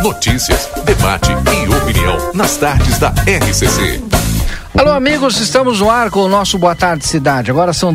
Notícias, debate e opinião nas tardes da RCC. Alô, amigos, estamos no ar com o nosso Boa Tarde Cidade. Agora são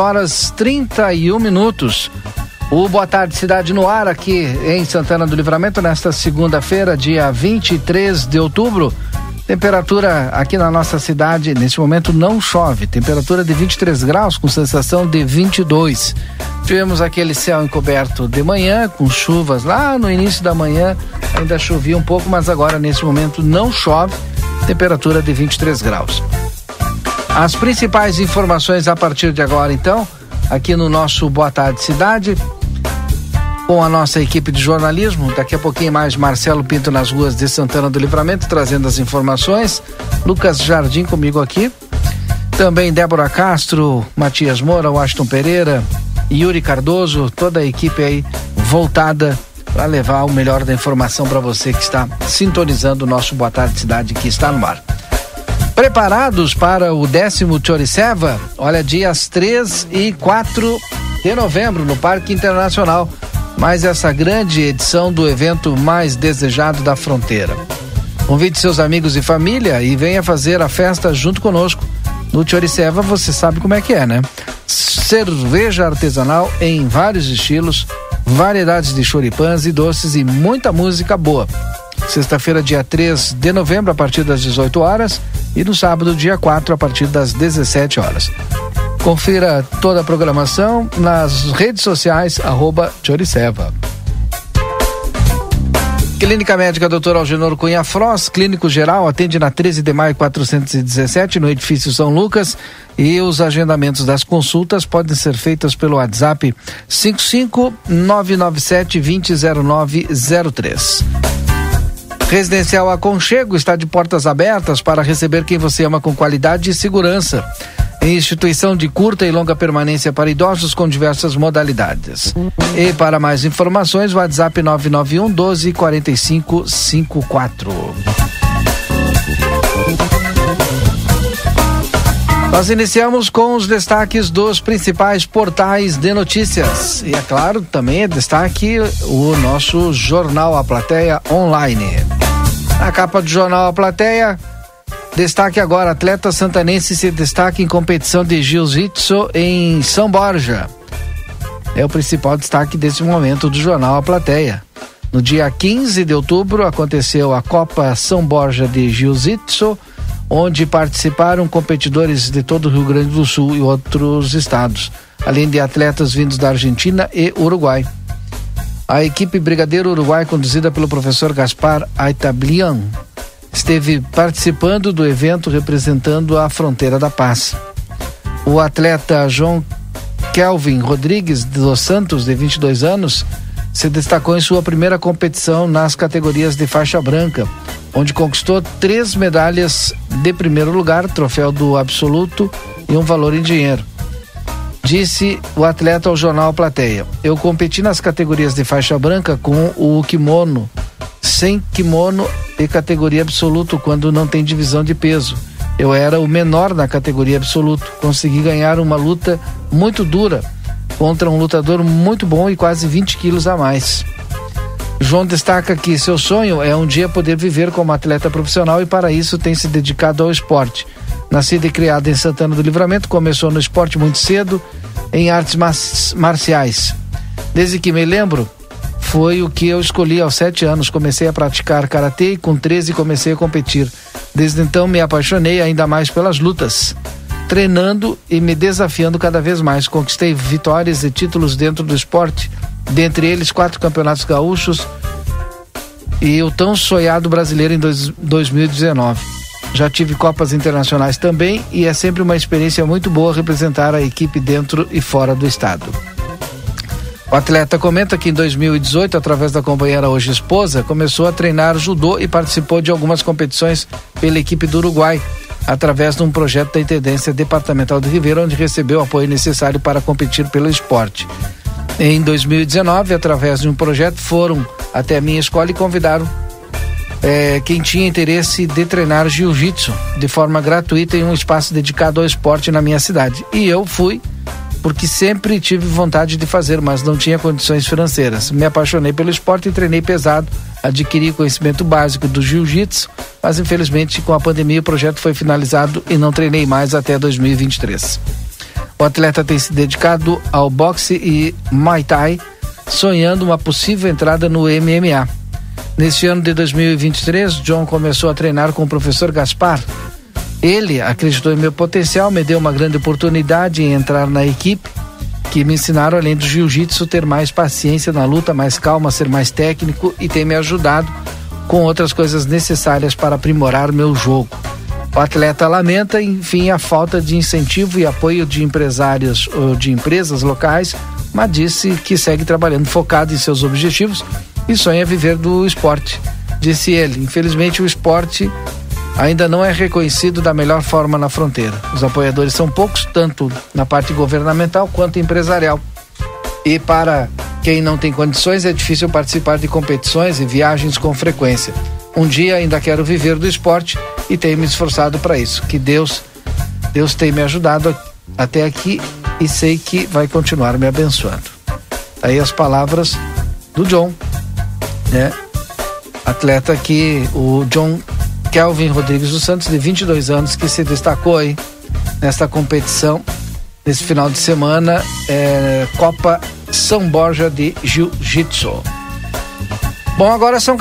2h31. O Boa Tarde Cidade no ar aqui em Santana do Livramento nesta segunda-feira, dia 23 de outubro. Temperatura aqui na nossa cidade, nesse momento não chove, temperatura de 23 graus com sensação de 22. Tivemos aquele céu encoberto de manhã, com chuvas lá no início da manhã, ainda chovia um pouco, mas agora nesse momento não chove, temperatura de 23 graus. As principais informações a partir de agora então, aqui no nosso Boa Tarde Cidade, com a nossa equipe de jornalismo. Daqui a pouquinho mais Marcelo Pinto nas ruas de Santana do Livramento, trazendo as informações. Lucas Jardim comigo aqui. Também Débora Castro, Matias Moura, Washington Pereira, Yuri Cardoso, toda a equipe aí voltada para levar o melhor da informação para você que está sintonizando o nosso Boa Tarde Cidade que está no ar. Preparados para o 10º Choriceva? Olha, dias 3 e 4 de novembro no Parque Internacional. Mais essa grande edição do evento mais desejado da fronteira. Convide seus amigos e família e venha fazer a festa junto conosco. No Choriceva você sabe como é que é, né? Cerveja artesanal em vários estilos, variedades de choripãs e doces e muita música boa. Sexta-feira, dia 3 de novembro, a partir das 18 horas e no sábado, dia 4, a partir das 17 horas. Confira toda a programação nas redes sociais, @Choriceva. Clínica Médica Dr. Algenor Cunha Froz, clínico geral, atende na 13 de maio 417, no edifício São Lucas, e os agendamentos das consultas podem ser feitos pelo WhatsApp 55997200903. Residencial Aconchego está de portas abertas para receber quem você ama com qualidade e segurança. Instituição de curta e longa permanência para idosos com diversas modalidades. E para mais informações, WhatsApp 991 12 45 54. Nós iniciamos com os destaques dos principais portais de notícias. E é claro, também é destaque o nosso Jornal A Plateia online. Na capa do Jornal A Plateia, destaque agora, atleta santanense se destaca em competição de jiu-jitsu em São Borja. É o principal destaque desse momento do Jornal A Plateia. No dia 15 de outubro aconteceu a Copa São Borja de Jiu-Jitsu, onde participaram competidores de todo o Rio Grande do Sul e outros estados, além de atletas vindos da Argentina e Uruguai. A equipe Brigadeiro Uruguai, conduzida pelo professor Gaspar Aitablian, esteve participando do evento representando a Fronteira da Paz. O atleta João Kelvin Rodrigues dos Santos, de 22 anos, se destacou em sua primeira competição nas categorias de faixa branca, onde conquistou 3 medalhas de primeiro lugar, troféu do absoluto e um valor em dinheiro. Disse o atleta ao Jornal Plateia: eu competi nas categorias de faixa branca com o kimono, sem kimono e categoria absoluto, quando não tem divisão de peso. Eu era o menor na categoria absoluto. Consegui ganhar uma luta muito dura contra um lutador muito bom e quase 20 quilos a mais. João destaca que seu sonho é um dia poder viver como atleta profissional e para isso tem se dedicado ao esporte. Nascido e criado em Santana do Livramento, começou no esporte muito cedo, em artes marciais. Desde que me lembro, foi o que eu escolhi aos 7 anos. Comecei a praticar karatê e com 13 comecei a competir. Desde então me apaixonei ainda mais pelas lutas, treinando e me desafiando cada vez mais. Conquistei vitórias e títulos dentro do esporte, dentre eles 4 campeonatos gaúchos e o tão sonhado brasileiro em 2019. Já tive Copas Internacionais também e é sempre uma experiência muito boa representar a equipe dentro e fora do estado. O atleta comenta que em 2018, através da companheira hoje esposa, começou a treinar judô e participou de algumas competições pela equipe do Uruguai, através de um projeto da Intendência Departamental de Ribeira, onde recebeu o apoio necessário para competir pelo esporte. Em 2019, através de um projeto, foram até a minha escola e convidaram quem tinha interesse de treinar jiu-jitsu de forma gratuita em um espaço dedicado ao esporte na minha cidade. E eu fui, porque sempre tive vontade de fazer, mas não tinha condições financeiras. Me apaixonei pelo esporte e treinei pesado adquirir conhecimento básico do jiu-jitsu, mas infelizmente com a pandemia o projeto foi finalizado e não treinei mais até 2023. O atleta tem se dedicado ao boxe e Muay Thai, sonhando uma possível entrada no MMA. Neste ano de 2023, John começou a treinar com o professor Gaspar. Ele acreditou em meu potencial, me deu uma grande oportunidade em entrar na equipe, que me ensinaram, além do jiu-jitsu, ter mais paciência na luta, mais calma, ser mais técnico, e tem me ajudado com outras coisas necessárias para aprimorar meu jogo. O atleta lamenta, enfim, a falta de incentivo e apoio de empresários ou de empresas locais, mas disse que segue trabalhando focado em seus objetivos e sonha viver do esporte. Disse ele, infelizmente o esporte ainda não é reconhecido da melhor forma na fronteira. Os apoiadores são poucos, tanto na parte governamental quanto empresarial. E para quem não tem condições, é difícil participar de competições e viagens com frequência. Um dia ainda quero viver do esporte e tenho me esforçado para isso. Que Deus tem me ajudado até aqui e sei que vai continuar me abençoando. Aí as palavras do John, né? Atleta que o John Kelvin Rodrigues dos Santos, de 22 anos, que se destacou aí nesta competição, nesse final de semana, Copa São Borja de Jiu-Jitsu. Bom, agora são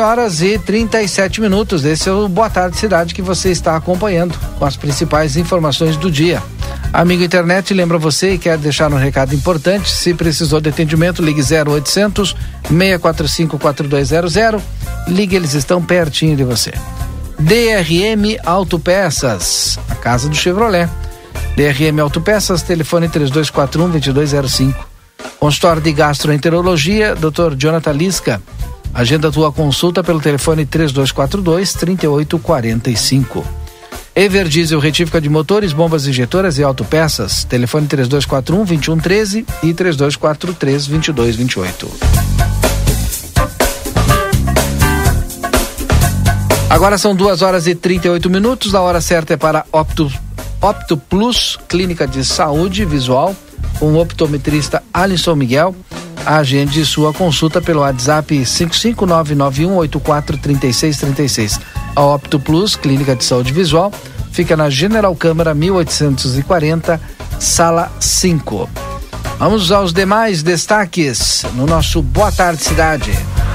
14h37. Esse é o Boa Tarde Cidade que você está acompanhando com as principais informações do dia. Amigo internet, lembra você e quer deixar um recado importante, se precisou de atendimento, ligue 0800 645 4200, ligue, eles estão pertinho de você. DRM Autopeças, a casa do Chevrolet. DRM Autopeças, telefone 3241-2205. Consultório de Gastroenterologia, Dr. Jonathan Lisca. Agenda tua consulta pelo telefone 3242-3845. Everdiesel, retífica de motores, bombas injetoras e autopeças. Telefone 3241-2113 e 3243-2228. Agora são 2h38. A hora certa é para Opto Plus, Clínica de Saúde Visual, com o optometrista Alisson Miguel. Agende sua consulta pelo WhatsApp 55991843636. A Opto Plus, Clínica de Saúde Visual, fica na General Câmara 1840, Sala 5. Vamos aos demais destaques no nosso Boa Tarde Cidade.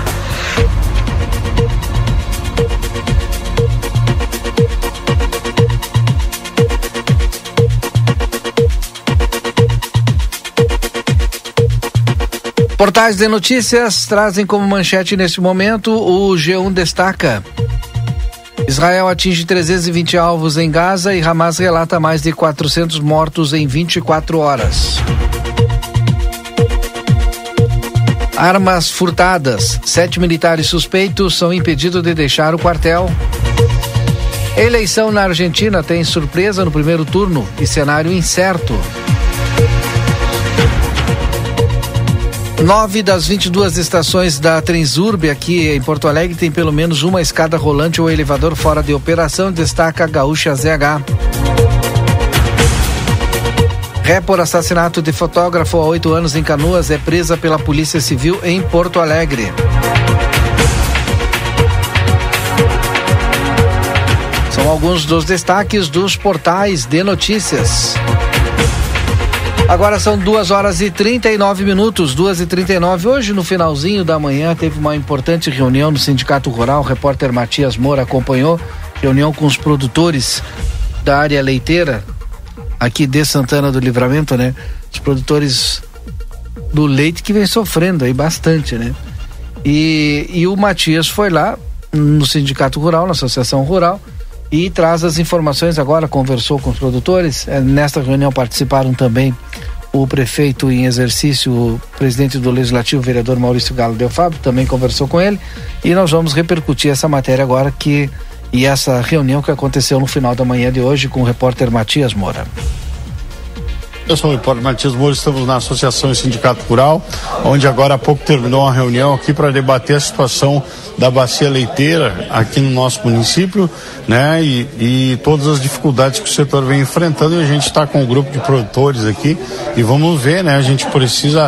Portais de notícias trazem como manchete neste momento: o G1 destaca: Israel atinge 320 alvos em Gaza e Hamas relata mais de 400 mortos em 24 horas. Armas furtadas. 7 militares suspeitos são impedidos de deixar o quartel. Eleição na Argentina tem surpresa no primeiro turno e cenário incerto. 9 das 22 estações da Transurb aqui em Porto Alegre tem pelo menos uma escada rolante ou elevador fora de operação, destaca a Gaúcha ZH. Ré por assassinato de fotógrafo há 8 anos em Canoas é presa pela Polícia Civil em Porto Alegre. São alguns dos destaques dos portais de notícias. Agora são 2h39, 2h39. Hoje, no finalzinho da manhã, teve uma importante reunião no Sindicato Rural. O repórter Matias Moura acompanhou. Reunião com os produtores da área leiteira, aqui de Santana do Livramento, né? Os produtores do leite que vem sofrendo aí bastante, né? E o Matias foi lá no Sindicato Rural, na Associação Rural, e traz as informações agora, conversou com os produtores. Nesta reunião participaram também o prefeito em exercício, o presidente do Legislativo, o vereador Maurício Galo Del Fábio, também conversou com ele, e nós vamos repercutir essa matéria agora e essa reunião que aconteceu no final da manhã de hoje com o repórter Matias Moura. Eu sou o repórter Matias Moura, estamos na Associação e Sindicato Rural, onde agora há pouco terminou uma reunião aqui para debater a situação da bacia leiteira aqui no nosso município, né? E todas as dificuldades que o setor vem enfrentando, e a gente está com um grupo de produtores aqui e vamos ver, né? A gente precisa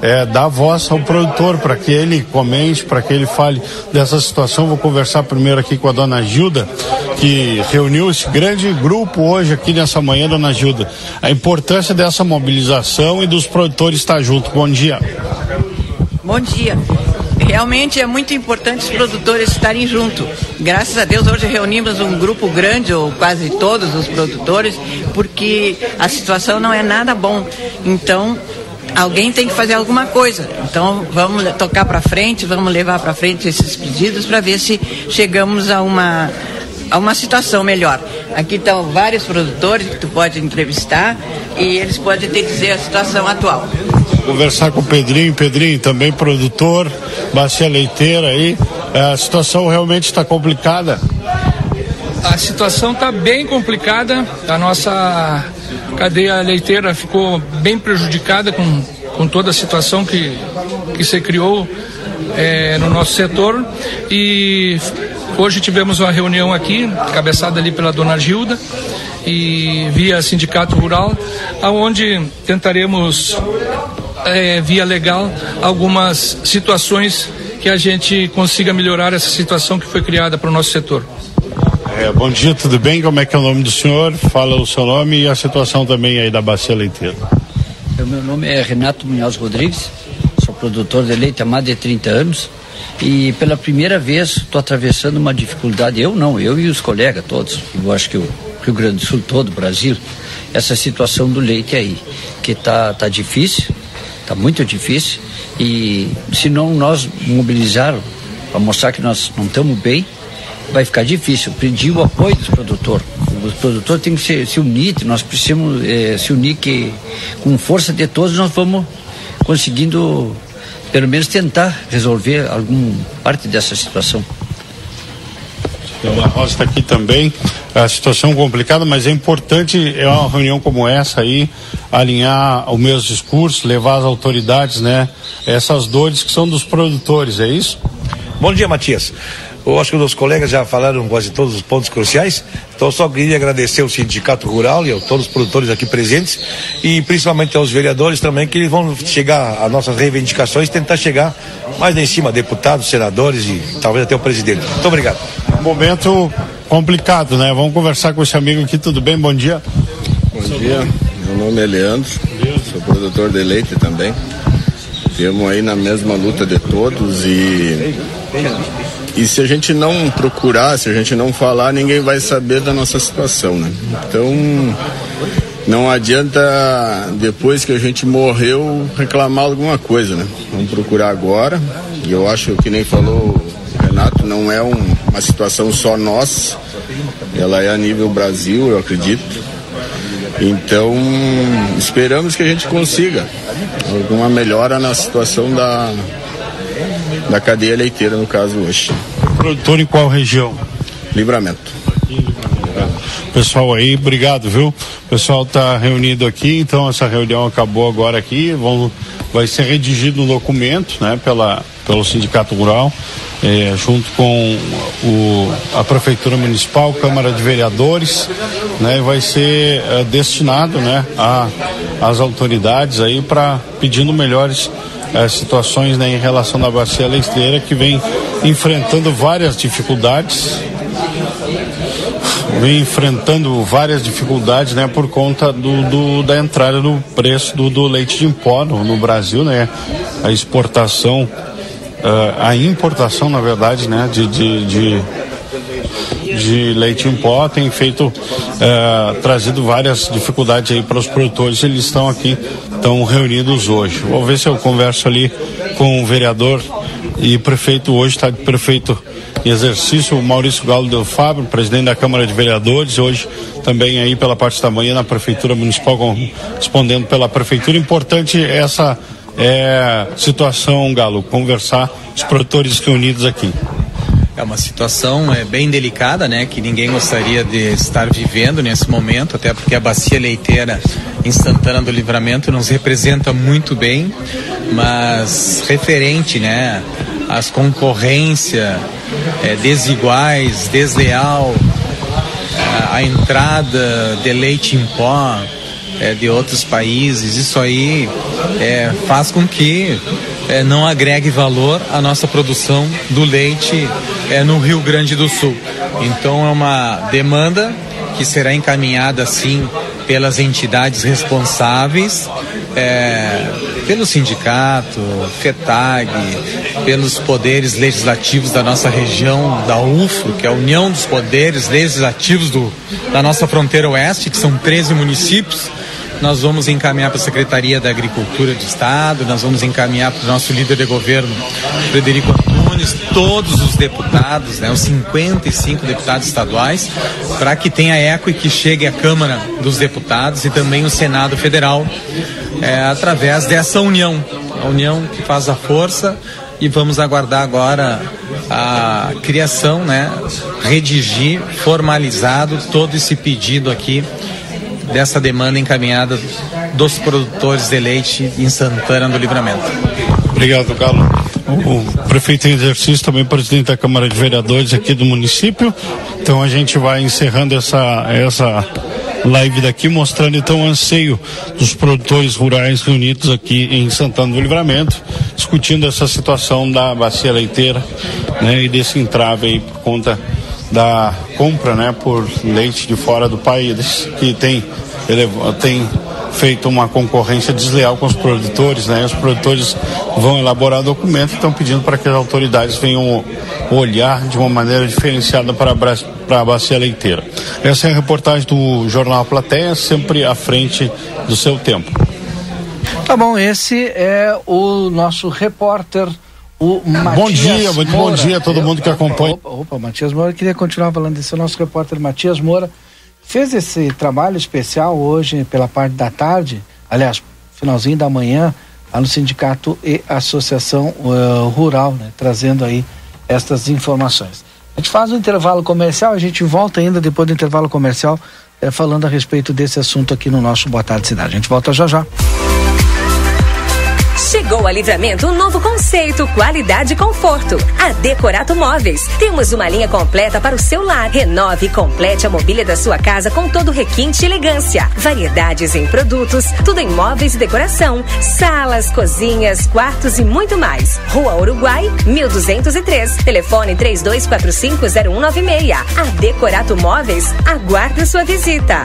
dar voz ao produtor para que ele comente, para que ele fale dessa situação. Vou conversar primeiro aqui com a dona Gilda, que reuniu esse grande grupo hoje aqui nessa manhã. Dona Gilda, a importância dessa mobilização e dos produtores estar junto. Bom dia. Bom dia. Realmente é muito importante os produtores estarem juntos. Graças a Deus hoje reunimos um grupo grande, ou quase todos os produtores, porque a situação não é nada bom. Então, alguém tem que fazer alguma coisa. Então, vamos tocar para frente, vamos levar para frente esses pedidos para ver se chegamos a uma situação melhor. Aqui estão vários produtores que tu pode entrevistar e eles podem te dizer a situação atual. Conversar com o Pedrinho também produtor, bacia leiteira aí, a situação realmente está complicada. A situação está bem complicada, a nossa cadeia leiteira ficou bem prejudicada com toda a situação que se criou no nosso setor, e hoje tivemos uma reunião aqui, cabeçada ali pela dona Gilda e via Sindicato Rural, aonde tentaremos via legal algumas situações que a gente consiga melhorar essa situação que foi criada para o nosso setor. Bom dia, tudo bem? Como é que é o nome do senhor? Fala o seu nome e a situação também aí da bacia leiteira. Meu nome é Renato Munhoz Rodrigues, sou produtor de leite há mais de 30 anos e pela primeira vez estou atravessando uma dificuldade, eu e os colegas todos, eu acho que o Rio Grande do Sul, todo o Brasil, essa situação do leite aí, que tá difícil, tá muito difícil, e se não nós mobilizarmos para mostrar que nós não estamos bem, vai ficar difícil. Pedir o apoio dos produtores. Os produtores têm que se unir, nós precisamos se unir, que com força de todos nós vamos conseguindo pelo menos tentar resolver alguma parte dessa situação. A Rosa está aqui também, a situação complicada, mas é importante, uma reunião como essa aí, alinhar o mesmo discurso, levar as autoridades, né, essas dores que são dos produtores, é isso? Bom dia, Matias. Eu acho que os colegas já falaram quase todos os pontos cruciais, então eu só queria agradecer ao Sindicato Rural e a todos os produtores aqui presentes e principalmente aos vereadores também, que eles vão chegar às nossas reivindicações, tentar chegar mais lá em cima, deputados, senadores e talvez até o presidente. Muito obrigado. Um momento complicado, né? Vamos conversar com esse amigo aqui, tudo bem? Bom dia. Bom dia, meu nome é Leandro, sou produtor de leite também. Estamos aí na mesma luta de todos e se a gente não procurar, se a gente não falar, ninguém vai saber da nossa situação, né? Então, não adianta depois que a gente morreu reclamar alguma coisa, né? Vamos procurar agora, e eu acho que nem falou o Renato, não é uma situação só nossa, ela é a nível Brasil, eu acredito. Então, esperamos que a gente consiga alguma melhora na situação da cadeia leiteira, no caso hoje. Produtor em qual região? Livramento. Pessoal aí, obrigado, viu? O pessoal está reunido aqui, então essa reunião acabou agora aqui, vai ser redigido um documento, né, pelo Sindicato Rural, junto com a Prefeitura Municipal, Câmara de Vereadores, né, e vai ser destinado, né, às autoridades aí para pedindo melhores situações, né, em relação à bacia leiteira, que vem enfrentando várias dificuldades, né, por conta da entrada do preço do leite de em pó no Brasil, né, a exportação, a importação, na verdade, né, de leite em pó tem trazido várias dificuldades aí para os produtores. Eles estão reunidos hoje. Vou ver se eu converso ali com o vereador e prefeito, hoje está de prefeito em exercício, o Maurício Galo Del Fabro, presidente da Câmara de Vereadores, hoje também aí pela parte da manhã na Prefeitura Municipal, respondendo pela Prefeitura. Importante essa situação, Galo, conversar os produtores reunidos aqui. É uma situação bem delicada, né, que ninguém gostaria de estar vivendo nesse momento, até porque a bacia leiteira em Santana do Livramento nos representa muito bem, mas referente, né, às concorrências desiguais, desleal, a entrada de leite em pó de outros países. Isso aí faz com que não agregue valor à nossa produção do leite no Rio Grande do Sul. Então é uma demanda que será encaminhada sim pelas entidades responsáveis, pelo sindicato, FETAG, pelos poderes legislativos da nossa região, da UFRO, que é a União dos Poderes Legislativos da nossa fronteira oeste, que são 13 municípios. Nós vamos encaminhar para a Secretaria da Agricultura do Estado, nós vamos encaminhar para o nosso líder de governo, Frederico Antunes, todos os deputados, os 55 deputados estaduais, para que tenha eco e que chegue à Câmara dos Deputados e também o Senado Federal, através dessa união, a união que faz a força. E vamos aguardar agora a criação, redigir, formalizado todo esse pedido aqui dessa demanda encaminhada dos produtores de leite em Santana do Livramento. Obrigado, Galo. O prefeito em exercício, também presidente da Câmara de Vereadores aqui do município. Então a gente vai encerrando essa live daqui, mostrando então o anseio dos produtores rurais reunidos aqui em Santana do Livramento, discutindo essa situação da bacia leiteira, e desse entrave aí por conta da compra, por leite de fora do país, que tem feito uma concorrência desleal com os produtores, Os produtores vão elaborar documentos e estão pedindo para que as autoridades venham olhar de uma maneira diferenciada para a bacia leiteira. Essa é a reportagem do Jornal A Plateia, sempre à frente do seu tempo. Tá bom, esse é o nosso repórter, o Matias Bom dia a todo mundo que acompanha. Opa, Matias Moura, queria continuar falando desse nosso repórter Matias Moura. Fez esse trabalho especial hoje pela parte da tarde, aliás, finalzinho da manhã, lá no Sindicato e Associação Rural, trazendo aí estas informações. A gente faz um intervalo comercial, a gente volta ainda depois do intervalo comercial, falando a respeito desse assunto aqui no nosso Boa Tarde Cidade. A gente volta já já. Chegou a Livramento um novo conceito, qualidade e conforto. A Decorato Móveis. Temos uma linha completa para o seu lar. Renove e complete a mobília da sua casa com todo requinte e elegância. Variedades em produtos, tudo em móveis e decoração. Salas, cozinhas, quartos e muito mais. Rua Uruguai, 1203. Telefone 3245-0196. A Decorato Móveis aguarda sua visita.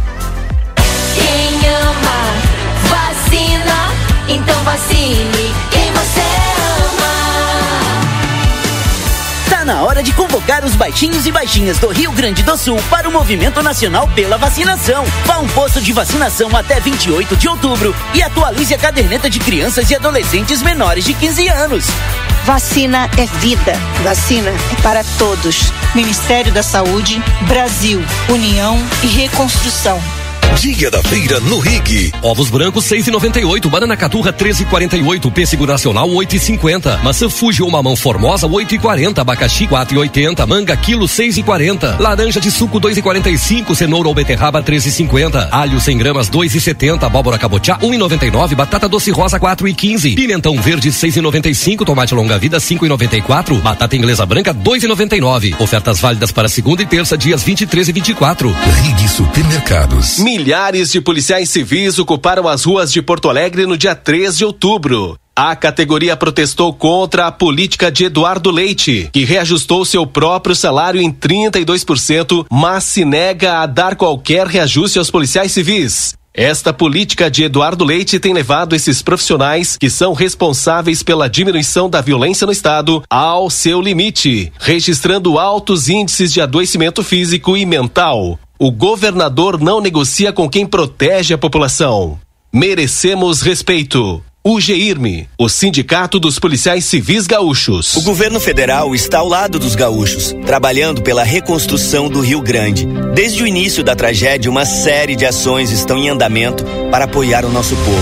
Quem ama, vacina. Então vacine quem você ama. Tá na hora de convocar os baixinhos e baixinhas do Rio Grande do Sul para o Movimento Nacional pela Vacinação. Vá a um posto de vacinação até 28 de outubro e atualize a caderneta de crianças e adolescentes menores de 15 anos. Vacina é vida. Vacina é para todos. Ministério da Saúde, Brasil, União e Reconstrução. Dia da feira no Rig. Ovos brancos 6,98, banana caturra 13,48, pêssego nacional 8,50, maçã Fuji ou mamão formosa 8,40, abacaxi 4,80, manga quilo 6,40, laranja de suco 2,45, cenoura ou beterraba 13,50, alho 100 gramas 2,70, abóbora cabotiá 1,99, batata doce rosa 4,15, pimentão verde 6,95, tomate longa vida 5,94, batata inglesa branca 2,99. Ofertas válidas para segunda e terça, dias 23 e 24. Rig Supermercados. Milhares de policiais civis ocuparam as ruas de Porto Alegre no dia 3 de outubro. A categoria protestou contra a política de Eduardo Leite, que reajustou seu próprio salário em 32%, mas se nega a dar qualquer reajuste aos policiais civis. Esta política de Eduardo Leite tem levado esses profissionais, que são responsáveis pela diminuição da violência no estado, ao seu limite, registrando altos índices de adoecimento físico e mental. O governador não negocia com quem protege a população. Merecemos respeito. O GIRME, o Sindicato dos Policiais Civis Gaúchos. O governo federal está ao lado dos gaúchos, trabalhando pela reconstrução do Rio Grande. Desde o início da tragédia, uma série de ações estão em andamento para apoiar o nosso povo.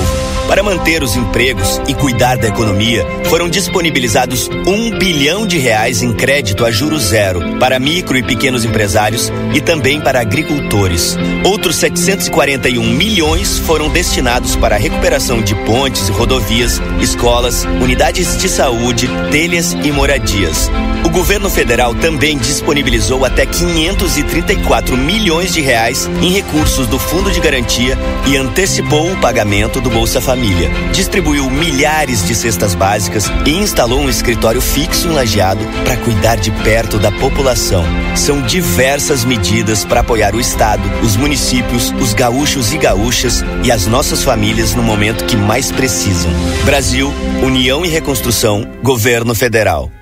Para manter os empregos e cuidar da economia, foram disponibilizados R$1 bilhão em crédito a juros zero para micro e pequenos empresários e também para agricultores. Outros 741 milhões foram destinados para a recuperação de pontes e rodovias, escolas, unidades de saúde, telhas e moradias. O governo federal também disponibilizou até R$534 milhões em recursos do Fundo de Garantia e antecipou o pagamento do Bolsa Família. Distribuiu milhares de cestas básicas e instalou um escritório fixo em Lajeado para cuidar de perto da população. São diversas medidas para apoiar o Estado, os municípios, os gaúchos e gaúchas e as nossas famílias no momento que mais precisam. Brasil, União e Reconstrução, Governo Federal.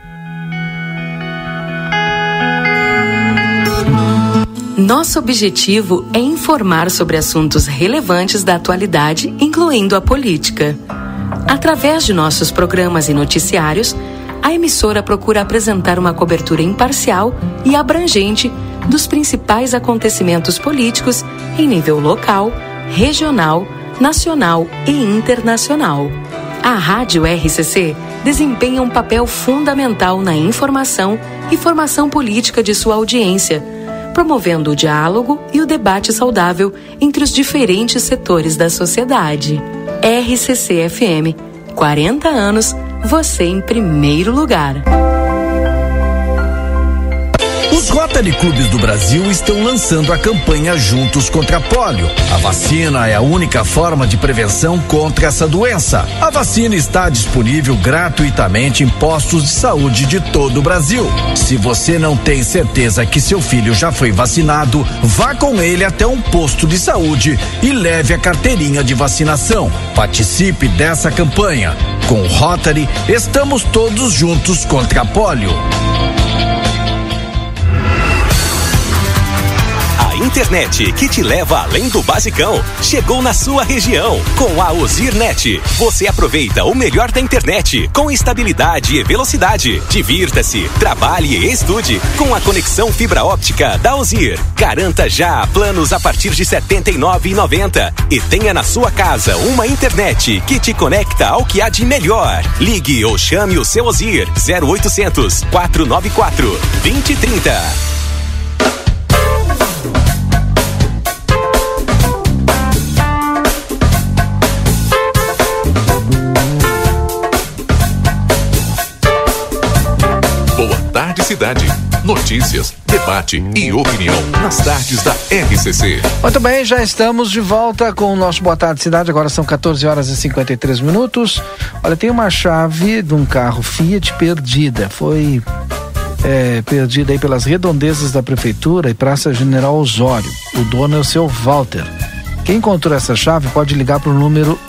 Nosso objetivo é informar sobre assuntos relevantes da atualidade, incluindo a política. Através de nossos programas e noticiários, a emissora procura apresentar uma cobertura imparcial e abrangente dos principais acontecimentos políticos em nível local, regional, nacional e internacional. A Rádio RCC desempenha um papel fundamental na informação e formação política de sua audiência, promovendo o diálogo e o debate saudável entre os diferentes setores da sociedade. RCC-FM, 40 anos, você em primeiro lugar. Os Rotary Clubes do Brasil estão lançando a campanha Juntos contra a Pólio. A vacina é a única forma de prevenção contra essa doença. A vacina está disponível gratuitamente em postos de saúde de todo o Brasil. Se você não tem certeza que seu filho já foi vacinado, vá com ele até um posto de saúde e leve a carteirinha de vacinação. Participe dessa campanha. Com o Rotary, estamos todos juntos contra a pólio. Internet que te leva além do basicão chegou na sua região. Com a Ozirnet, você aproveita o melhor da internet com estabilidade e velocidade. Divirta-se, trabalhe e estude com a conexão fibra óptica da Ozir. Garanta já planos a partir de R$ 79,90 e tenha na sua casa uma internet que te conecta ao que há de melhor. Ligue ou chame o seu Ozir 0800 494 2030. Tarde Cidade. Notícias, debate e opinião nas tardes da RCC. Muito bem, já estamos de volta com o nosso Boa Tarde Cidade. Agora são 14h53. Olha, tem uma chave de um carro Fiat perdida. Foi perdida aí pelas redondezas da prefeitura e Praça General Osório. O dono é o seu Walter. Quem encontrou essa chave pode ligar para o número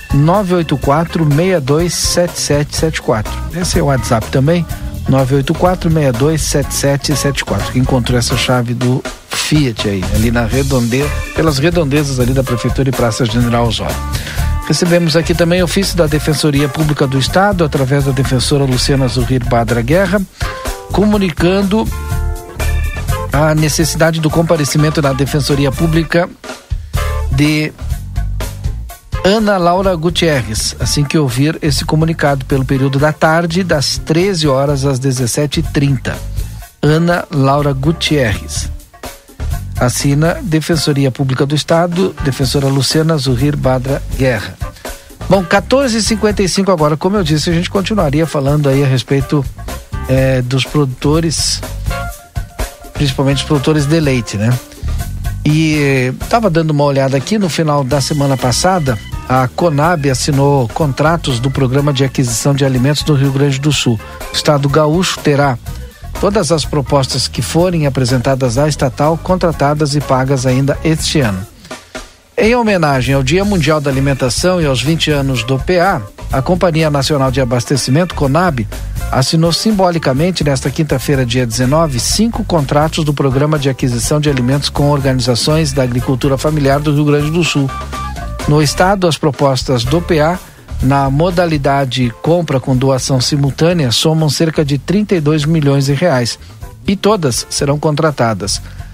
984-627774. Esse é o WhatsApp também. 984-627774. Quem encontrou essa chave do Fiat aí, ali na pelas redondezas ali da Prefeitura e Praça General Osório. Recebemos aqui também ofício da Defensoria Pública do Estado, através da defensora Luciana Zuhir Badra Guerra, comunicando a necessidade do comparecimento na Defensoria Pública de Ana Laura Gutierrez, assim que ouvir esse comunicado, pelo período da tarde, das 13 horas às 17h30. Ana Laura Gutierrez. Assina Defensoria Pública do Estado, defensora Luciana Zuhir Badra Guerra. Bom, 14h55 agora, como eu disse, a gente continuaria falando aí a respeito dos produtores, principalmente os produtores de leite, né? E estava dando uma olhada aqui no final da semana passada. A Conab assinou contratos do Programa de Aquisição de Alimentos do Rio Grande do Sul. O Estado gaúcho terá todas as propostas que forem apresentadas à estatal contratadas e pagas ainda este ano. Em homenagem ao Dia Mundial da Alimentação e aos 20 anos do PA, a Companhia Nacional de Abastecimento, Conab, assinou simbolicamente nesta quinta-feira, dia 19, 5 contratos do Programa de Aquisição de Alimentos com organizações da agricultura familiar do Rio Grande do Sul. No estado, as propostas do PA, na modalidade compra com doação simultânea, somam cerca de R$ 32 milhões e todas serão contratadas.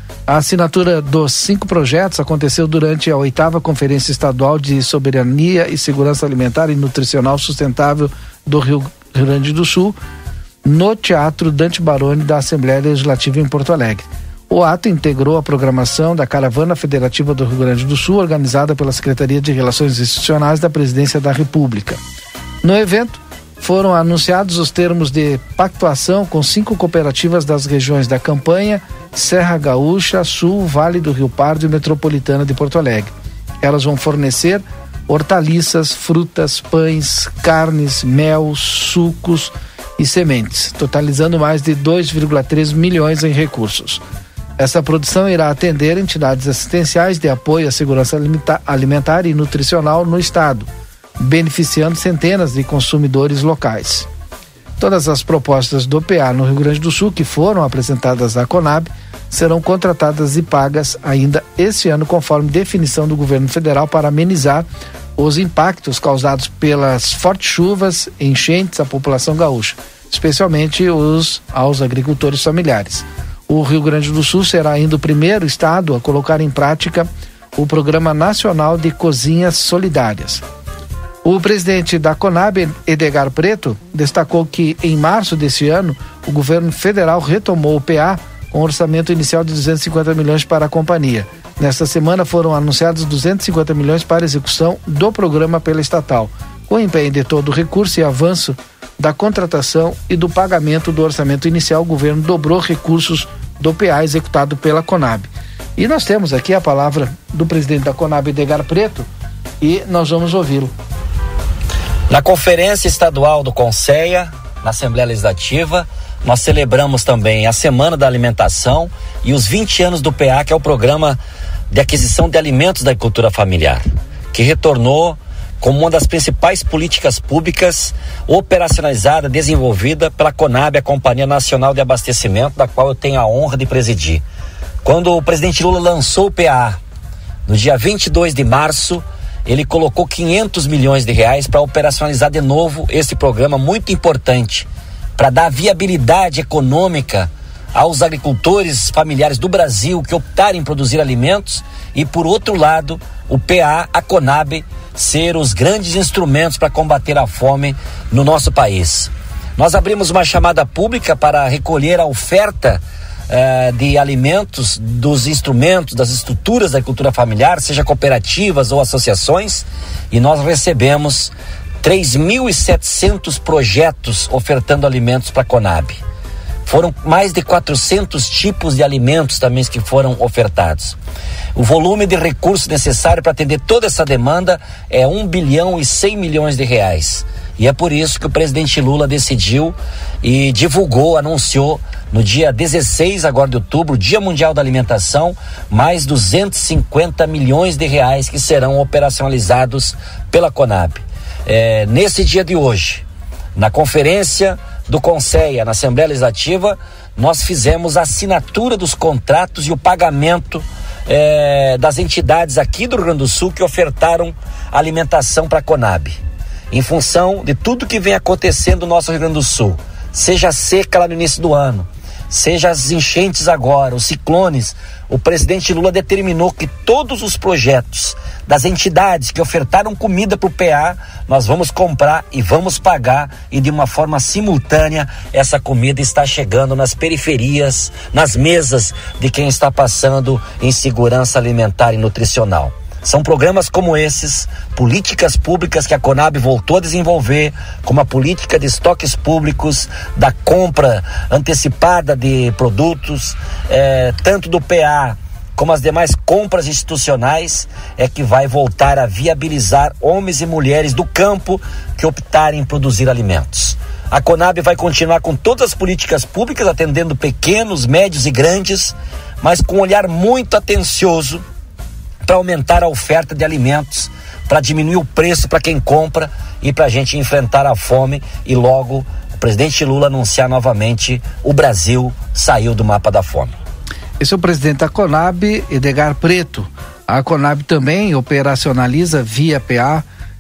A assinatura dos 5 projetos aconteceu durante a 8ª Conferência Estadual de Soberania e Segurança Alimentar e Nutricional Sustentável do Rio Grande do Sul, no Teatro Dante Baroni da Assembleia Legislativa em Porto Alegre. O ato integrou a programação da Caravana Federativa do Rio Grande do Sul, organizada pela Secretaria de Relações Institucionais da Presidência da República. No evento, foram anunciados os termos de pactuação com 5 cooperativas das regiões da Campanha, Serra Gaúcha, Sul, Vale do Rio Pardo e Metropolitana de Porto Alegre. Elas vão fornecer hortaliças, frutas, pães, carnes, mel, sucos e sementes, totalizando mais de 2,3 milhões em recursos. Essa produção irá atender entidades assistenciais de apoio à segurança alimentar e nutricional no estado, beneficiando centenas de consumidores locais. Todas as propostas do PA no Rio Grande do Sul que foram apresentadas à Conab serão contratadas e pagas ainda este ano, conforme definição do governo federal, para amenizar os impactos causados pelas fortes chuvas, enchentes à população gaúcha, especialmente aos agricultores familiares. O Rio Grande do Sul será ainda o primeiro estado a colocar em prática o Programa Nacional de Cozinhas Solidárias. O presidente da Conab, Edgar Preto, destacou que em março desse ano o governo federal retomou o PA com um orçamento inicial de 250 milhões para a companhia. Nesta semana foram anunciados 250 milhões para execução do programa pela estatal. Com o empenho de todo o recurso e avanço da contratação e do pagamento do orçamento inicial, o governo dobrou recursos do PA executado pela Conab. E nós temos aqui a palavra do presidente da Conab, Edgar Preto, e nós vamos ouvi-lo. Na Conferência Estadual do Conceia, na Assembleia Legislativa, nós celebramos também a Semana da Alimentação e os 20 anos do PA, que é o Programa de Aquisição de Alimentos da Agricultura Familiar, que retornou como uma das principais políticas públicas operacionalizada, desenvolvida pela Conab, a Companhia Nacional de Abastecimento, da qual eu tenho a honra de presidir. Quando o presidente Lula lançou o PA, no dia 22 de março, ele colocou 500 milhões de reais para operacionalizar de novo esse programa muito importante, para dar viabilidade econômica aos agricultores familiares do Brasil que optarem em produzir alimentos e, por outro lado, o PA, a Conab, ser os grandes instrumentos para combater a fome no nosso país. Nós abrimos uma chamada pública para recolher a oferta de alimentos, dos instrumentos, das estruturas da agricultura familiar, seja cooperativas ou associações, e nós recebemos 3.700 projetos ofertando alimentos para a Conab. Foram mais de 400 tipos de alimentos também que foram ofertados. O volume de recursos necessário para atender toda essa demanda é 1 bilhão e 100 milhões de reais. E é por isso que o presidente Lula decidiu e divulgou, anunciou no dia 16 agora de outubro, Dia Mundial da Alimentação, mais 250 milhões de reais que serão operacionalizados pela Conab. Nesse dia de hoje, na Conferência do Conceia, na Assembleia Legislativa, nós fizemos a assinatura dos contratos e o pagamento das entidades aqui do Rio Grande do Sul que ofertaram alimentação para a Conab. Em função de tudo que vem acontecendo no nosso Rio Grande do Sul, seja a seca lá no início do ano, seja as enchentes agora, os ciclones, o presidente Lula determinou que todos os projetos das entidades que ofertaram comida para o PA, nós vamos comprar e vamos pagar, e de uma forma simultânea essa comida está chegando nas periferias, nas mesas de quem está passando insegurança alimentar e nutricional. São programas como esses, políticas públicas que a Conab voltou a desenvolver, como a política de estoques públicos, da compra antecipada de produtos, tanto do PA como as demais compras institucionais, que vai voltar a viabilizar homens e mulheres do campo que optarem em produzir alimentos. A Conab vai continuar com todas as políticas públicas, atendendo pequenos, médios e grandes, mas com um olhar muito atencioso para aumentar a oferta de alimentos, para diminuir o preço para quem compra e para a gente enfrentar a fome e logo o presidente Lula anunciar novamente: o Brasil saiu do mapa da fome. Esse é o presidente da Conab, Edgar Preto. A Conab também operacionaliza via PA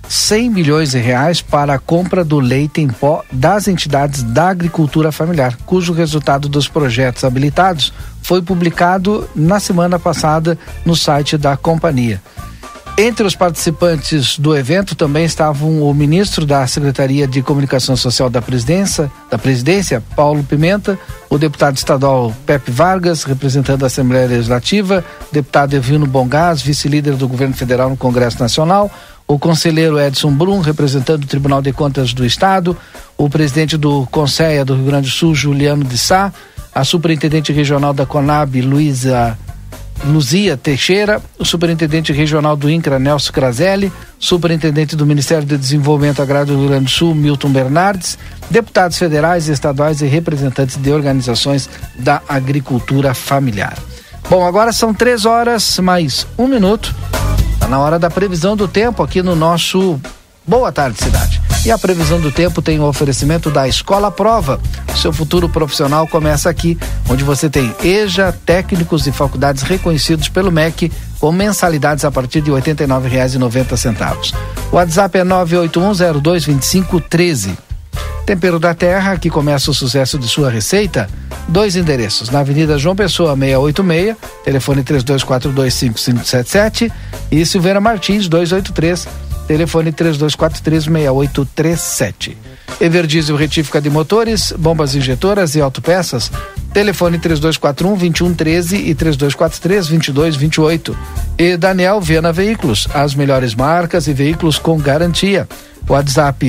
100 milhões de reais para a compra do leite em pó das entidades da agricultura familiar, cujo resultado dos projetos habilitados foi publicado na semana passada no site da companhia. Entre os participantes do evento também estavam o ministro da Secretaria de Comunicação Social da Presidência, Paulo Pimenta, o deputado estadual Pepe Vargas, representando a Assembleia Legislativa, deputado Evino Bongás, vice-líder do governo federal no Congresso Nacional, o conselheiro Edson Brum, representando o Tribunal de Contas do Estado, o presidente do Conselho do Rio Grande do Sul, Juliano de Sá, a superintendente regional da Conab, Luzia Teixeira, o superintendente regional do INCRA, Nelson Crazelli, superintendente do Ministério do Desenvolvimento Agrário do Rio Grande do Sul, Milton Bernardes, deputados federais, estaduais e representantes de organizações da agricultura familiar. Bom, agora são 3 horas mais 1 minuto. Está na hora da previsão do tempo aqui no nosso Boa Tarde Cidade. E a previsão do tempo tem o oferecimento da Escola Prova. Seu futuro profissional começa aqui, onde você tem EJA, técnicos e faculdades reconhecidos pelo MEC, com mensalidades a partir de R$ 89,90. O WhatsApp é 981022513. Tempero da Terra, que começa o sucesso de sua receita. 2 endereços, na Avenida João Pessoa 686, telefone 32425577, e Silveira Martins 283, telefone 32436837. Everdiesel retífica de motores, bombas injetoras e autopeças, telefone 3241-2113 e 3243-2228. E Daniel Viana Veículos, as melhores marcas e veículos com garantia. WhatsApp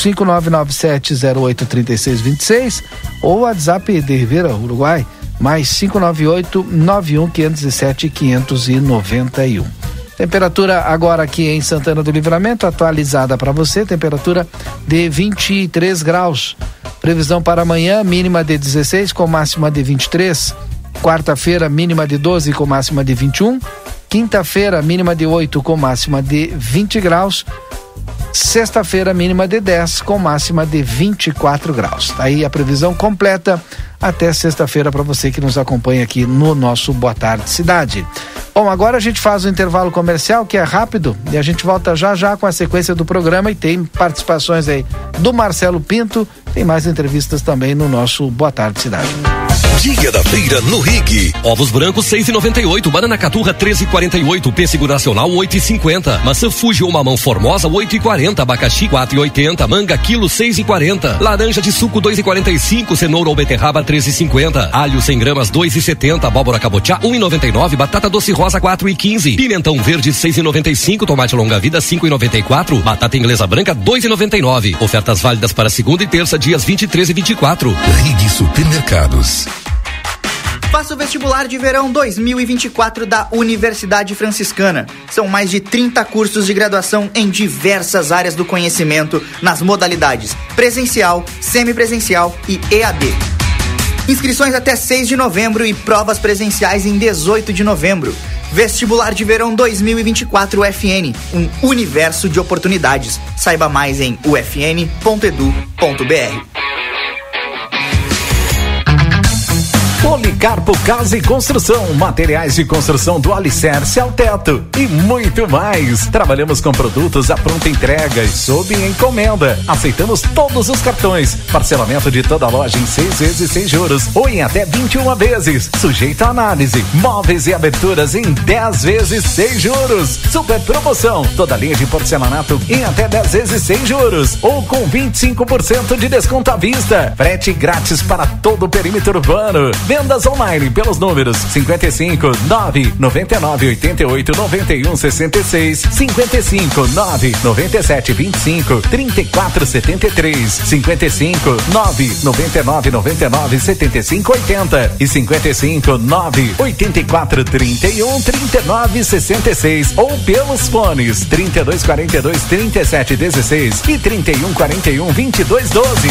55997083626 ou WhatsApp de Ribeira, Uruguai, mais 598-91-507-591. Temperatura agora aqui em Santana do Livramento, atualizada para você, temperatura de 23 graus. Previsão para amanhã, mínima de 16 com máxima de 23. Quarta-feira, mínima de 12 com máxima de 21. Quinta-feira, mínima de 8 com máxima de 20 graus. Sexta-feira, mínima de 10 com máxima de 24 graus. Aí a previsão completa até sexta-feira para você que nos acompanha aqui no nosso Boa Tarde Cidade. Bom, agora a gente faz o intervalo comercial, que é rápido, e a gente volta já com a sequência do programa, e tem participações aí do Marcelo Pinto, tem mais entrevistas também no nosso Boa Tarde Cidade. Dia da feira no Rig. Ovos brancos 6,98, banana caturra 13,48, pêssego nacional 8,50, maçã Fuji ou mamão formosa 8,40, abacaxi 4,80, manga quilo 6,40, laranja de suco 2,45, cenoura ou beterraba 13,50, alho 100 gramas 2,70, abóbora cabotiá 1,99, batata doce rosa 4,15, pimentão verde 6,95, tomate longa vida 5,94, batata inglesa branca 2,99. Ofertas válidas para segunda e terça, dias 23 e 24. Rig Supermercados. Faça o vestibular de verão 2024 da Universidade Franciscana. São mais de 30 cursos de graduação em diversas áreas do conhecimento, nas modalidades presencial, semipresencial e EAD. Inscrições até 6 de novembro e provas presenciais em 18 de novembro. Vestibular de verão 2024 UFN, um universo de oportunidades. Saiba mais em ufn.edu.br. Policarpo Casa e Construção, materiais de construção do alicerce ao teto e muito mais. Trabalhamos com produtos à pronta entrega e sob encomenda. Aceitamos todos os cartões. Parcelamento de toda a loja em 6 vezes sem juros ou em até 21 vezes. Sujeito a análise. Móveis e aberturas em 10 vezes sem juros. Super promoção. Toda linha de porcelanato em até 10 vezes sem juros ou com 25% de desconto à vista. Frete grátis para todo o perímetro urbano. Vendas online pelos números 55 9 99 88 91 66, 55 9 97 25 34 73, 55 9 99 99 75 80 e 55 9 84 31 39 66 ou pelos fones 32 42 37 16 e 31 41 22 12.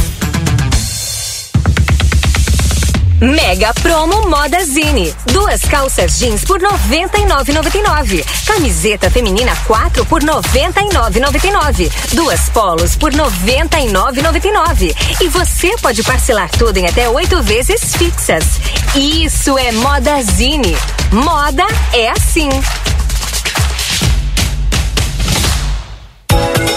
Mega Promo Moda Zine. 2 calças jeans por R$ 99,99. Camiseta feminina 4 por R$ 99,99. 2 polos por R$ 99,99. E você pode parcelar tudo em até 8 vezes fixas. Isso é Moda Zine. Moda é assim.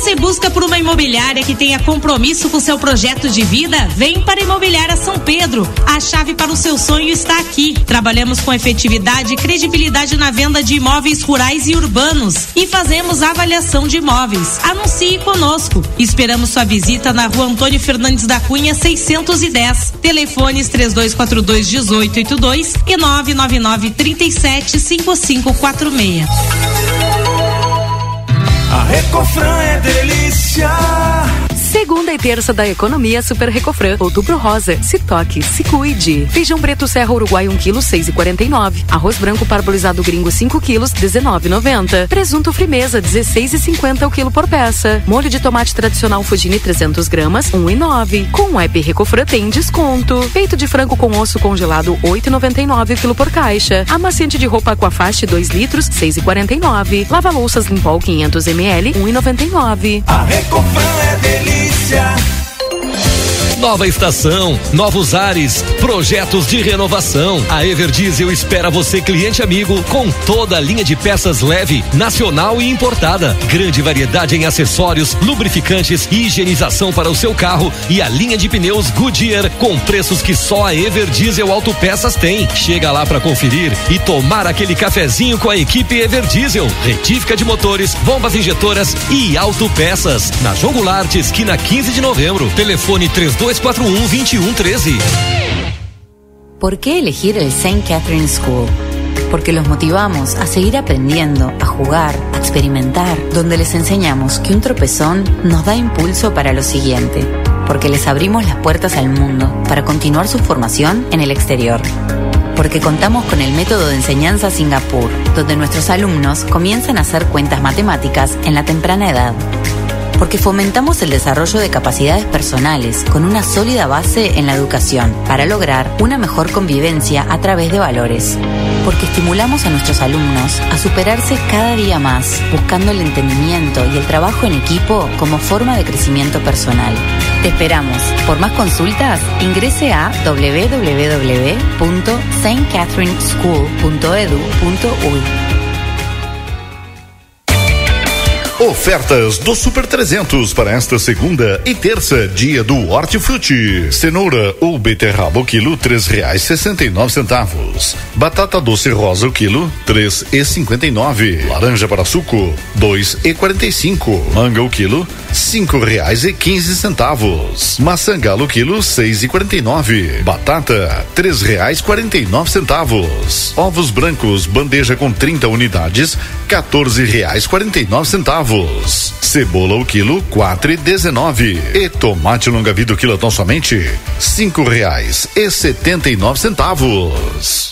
Você busca por uma imobiliária que tenha compromisso com seu projeto de vida? Vem para a Imobiliária São Pedro. A chave para o seu sonho está aqui. Trabalhamos com efetividade e credibilidade na venda de imóveis rurais e urbanos e fazemos avaliação de imóveis. Anuncie conosco. Esperamos sua visita na Rua Antônio Fernandes da Cunha 610. Telefones 3242-1882 e 999-375546. A Recofran é delícia. Segunda e terça da economia Super Recofran. Outubro rosa. Se toque, se cuide. Feijão preto Serra Uruguai 1 kg, 6,49. Arroz branco parbolizado gringo 5 kg, 19,90. Presunto Frimeza, 16,50 o quilo por peça. Molho de tomate tradicional Fugini 300 gramas, 1,9. Com o app Recofran tem desconto. Peito de frango com osso congelado, 8,99 o quilo por caixa. Amaciante de roupa Aquafast 2 litros, 6,49. Lava-louças Limpol 500 ml, 1,99. A Recofran é delícia. Nova estação, novos ares, projetos de renovação. A Everdiesel espera você, cliente amigo, com toda a linha de peças leve, nacional e importada. Grande variedade em acessórios, lubrificantes e higienização para o seu carro e a linha de pneus Goodyear com preços que só a Everdiesel Autopeças tem. Chega lá para conferir e tomar aquele cafezinho com a equipe Everdiesel. Retífica de motores, bombas injetoras e autopeças. Na João Goulart, esquina 15 de novembro. Telefone 3241-2113. ¿Por qué elegir el St. Catherine School? Porque los motivamos a seguir aprendiendo, a jugar, a experimentar, donde les enseñamos que un tropezón nos da impulso para lo siguiente. Porque les abrimos las puertas al mundo para continuar su formación en el exterior. Porque contamos con el método de enseñanza Singapur, donde nuestros alumnos comienzan a hacer cuentas matemáticas en la temprana edad. Porque fomentamos el desarrollo de capacidades personales con una sólida base en la educación para lograr una mejor convivencia a través de valores. Porque estimulamos a nuestros alumnos a superarse cada día más, buscando el entendimiento y el trabajo en equipo como forma de crecimiento personal. Te esperamos. Por más consultas, ingrese a www.stcatherineschool.edu.uy. Ofertas do Super 300 para esta segunda e terça, dia do Hortifruti. Cenoura ou beterraba o quilo, R$3,69. Batata doce rosa o quilo, R$3,59. Laranja para suco, R$2,45. Manga o quilo, R$5,15. Maçã galo o quilo, R$6,49. Batata, R$3,49. Ovos brancos, bandeja com 30 unidades, R$14,49. Cebola o quilo, R$4,19. E tomate longa vida o quilo tão somente R$5,79.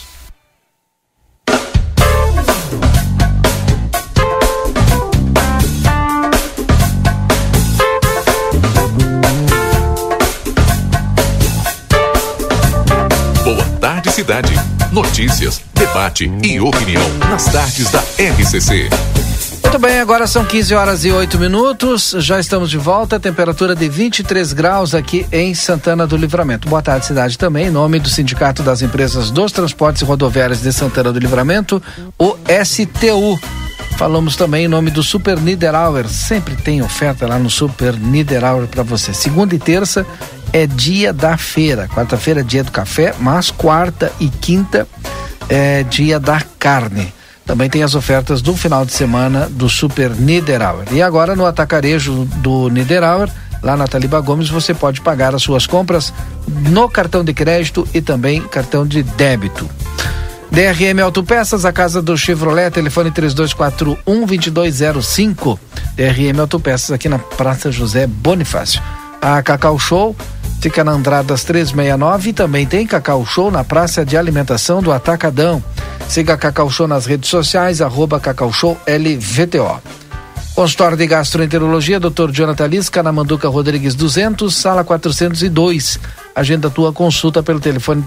Boa tarde, cidade. Notícias, debate e opinião nas tardes da RCC. Muito bem, agora são 15h08, já estamos de volta, temperatura de 23 graus aqui em Santana do Livramento. Boa tarde, cidade também, em nome do Sindicato das Empresas dos Transportes Rodoviários de Santana do Livramento, o STU. Falamos também em nome do Super Niederauer, sempre tem oferta lá no Super Niederauer para você. Segunda e terça é dia da feira, quarta-feira é dia do café, mas quarta e quinta é dia da carne. Também tem as ofertas do final de semana do Super Niederauer. E agora no atacarejo do Niederauer, lá na Taliba Gomes, você pode pagar as suas compras no cartão de crédito e também cartão de débito. DRM Autopeças, a casa do Chevrolet, telefone 3241-2205. DRM Autopeças aqui na Praça José Bonifácio. A Cacau Show fica na Andradas 369 e também tem Cacau Show na Praça de Alimentação do Atacadão. Siga a Cacau Show nas redes sociais, @Cacau Show LVTO. Consultório de Gastroenterologia, Dr. Jonathan Lisca, na Manduca Rodrigues 200, sala 402. Agenda tua consulta pelo telefone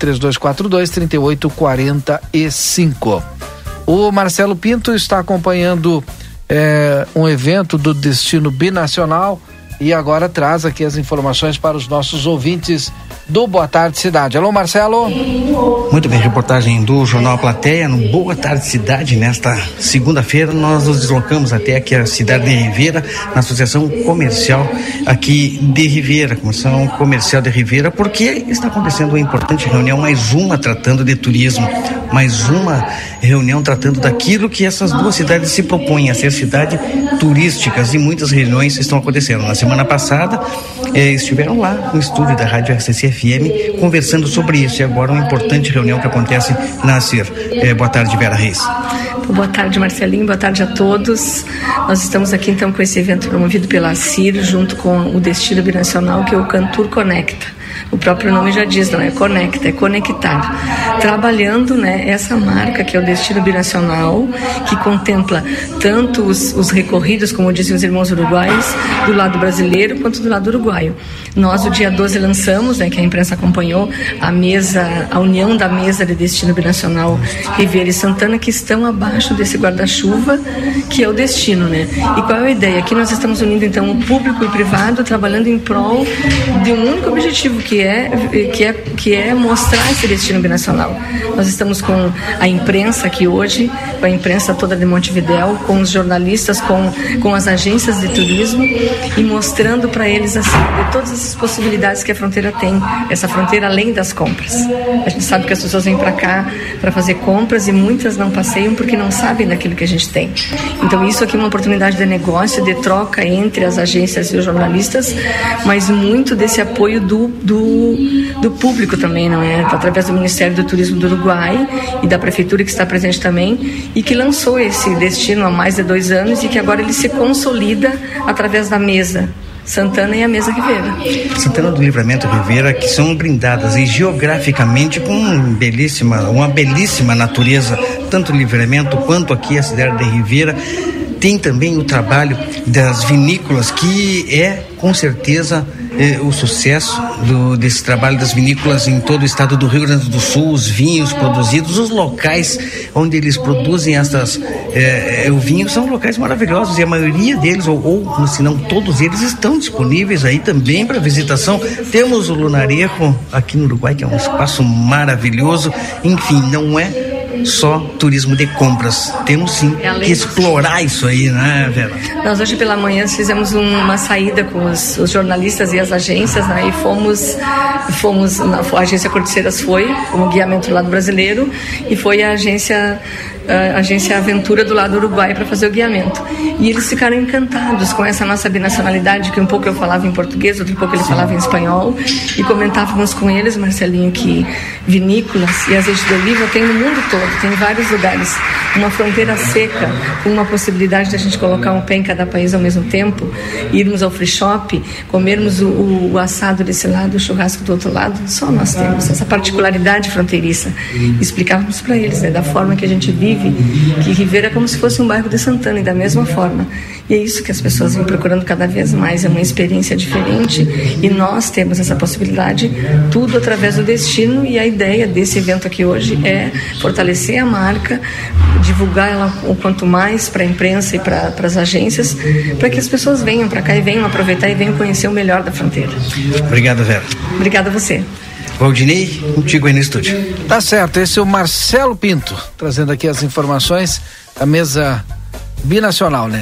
3242-3845. O Marcelo Pinto está acompanhando um evento do Destino Binacional e agora traz aqui as informações para os nossos ouvintes do Boa Tarde Cidade. Alô, Marcelo? Muito bem, reportagem do Jornal A Plateia no Boa Tarde Cidade. Nesta segunda-feira nós nos deslocamos até aqui a cidade de Ribeira, na Associação Comercial aqui de Ribeira, Comissão Comercial de Ribeira, porque está acontecendo uma importante reunião, mais uma tratando de turismo, mais uma reunião tratando daquilo que essas duas cidades se propõem a ser cidades turísticas, e muitas reuniões estão acontecendo. Na semana passada estiveram lá no estúdio da Rádio RCC FM conversando sobre isso, e agora uma importante reunião que acontece na CIR. Boa tarde, Vera Reis. Boa tarde, Marcelinho, boa tarde a todos. Nós estamos aqui então com esse evento promovido pela CIR, junto com o Destino Binacional, que é o Cantur Conecta. O próprio nome já diz, não é conecta, é conectar. Trabalhando, né, essa marca que é o Destino Binacional, que contempla tanto os recorridos, como dizem os irmãos uruguaios, do lado brasileiro quanto do lado uruguaio. Nós, o dia 12, lançamos, né, que a imprensa acompanhou, a união da mesa de Destino Binacional Ribeira e Santana, que estão abaixo desse guarda-chuva, que é o destino, né? E qual é a ideia? Aqui nós estamos unindo, então, o público e o privado, trabalhando em prol de um único objetivo, que é mostrar esse destino binacional. Nós estamos com a imprensa aqui hoje, com a imprensa toda de Montevidéu, com os jornalistas, com as agências de turismo, e mostrando para eles assim, de todas as possibilidades que a fronteira tem, essa fronteira além das compras. A gente sabe que as pessoas vêm para cá para fazer compras e muitas não passeiam porque não sabem daquilo que a gente tem. Então isso aqui é uma oportunidade de negócio, de troca entre as agências e os jornalistas, mas muito desse apoio do público também, não é? Através do Ministério do Turismo do Uruguai e da Prefeitura, que está presente também, e que lançou esse destino há mais de 2 anos, e que agora ele se consolida através da mesa Santana e a mesa Ribeira. Santana do Livramento e Ribeira, que são brindadas e geograficamente com uma belíssima natureza, tanto o Livramento quanto aqui a cidade de Ribeira. Tem também o trabalho das vinícolas, que é com certeza o sucesso desse trabalho das vinícolas em todo o estado do Rio Grande do Sul, os vinhos produzidos, os locais onde eles produzem o vinho são locais maravilhosos, e a maioria deles, ou se não todos eles, estão disponíveis aí também para visitação. Temos o Lunarejo aqui no Uruguai, que é um espaço maravilhoso. Enfim, não é só turismo de compras, temos sim que explorar isso aí, né, Vera? Nós hoje pela manhã fizemos uma saída com os jornalistas e as agências, né, e fomos a agência Cordiceiras foi como guiamento do lado brasileiro, e foi a agência Aventura do lado uruguai para fazer o guiamento, e eles ficaram encantados com essa nossa binacionalidade, que um pouco eu falava em português, outro pouco ele falava em espanhol, e comentávamos com eles, Marcelinho, que vinícolas e azeite de oliva tem no mundo todo, tem em vários lugares, uma fronteira seca, com uma possibilidade de a gente colocar um pé em cada país ao mesmo tempo, irmos ao free shop, comermos o assado desse lado, o churrasco do outro lado, só nós temos essa particularidade fronteiriça. Explicávamos para eles, né, da forma que a gente vive, que Ribeira é como se fosse um bairro de Santana, e da mesma forma. E é isso que as pessoas vêm procurando cada vez mais, é uma experiência diferente, e nós temos essa possibilidade, tudo através do destino. E a ideia desse evento aqui hoje é fortalecer a marca, divulgar ela o quanto mais para a imprensa e para as agências, para que as pessoas venham para cá e venham aproveitar e venham conhecer o melhor da fronteira. Obrigado, Vera. Obrigada a você. Valdinei, contigo aí no estúdio. Tá certo, esse é o Marcelo Pinto, trazendo aqui as informações da mesa binacional, né?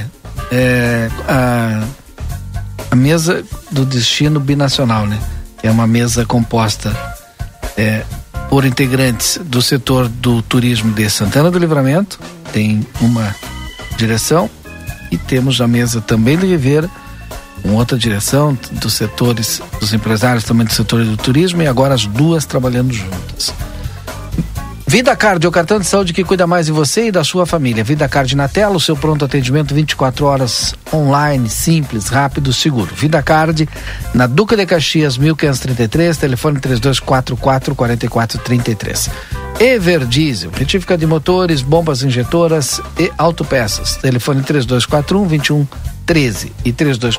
A mesa do destino binacional, né? É uma mesa composta por integrantes do setor do turismo de Santana do Livramento, tem uma direção, e temos a mesa também de Ribeira, com outra direção dos setores, dos empresários também do setor do turismo, e agora as duas trabalhando juntas. VidaCard, o cartão de saúde que cuida mais de você e da sua família. VidaCard na tela, o seu pronto atendimento 24 horas online, simples, rápido, seguro. VidaCard na Duca de Caxias 1533, telefone 3244-4433. Everdiesel, retífica de motores, bombas injetoras e autopeças. Telefone 3241-2113 e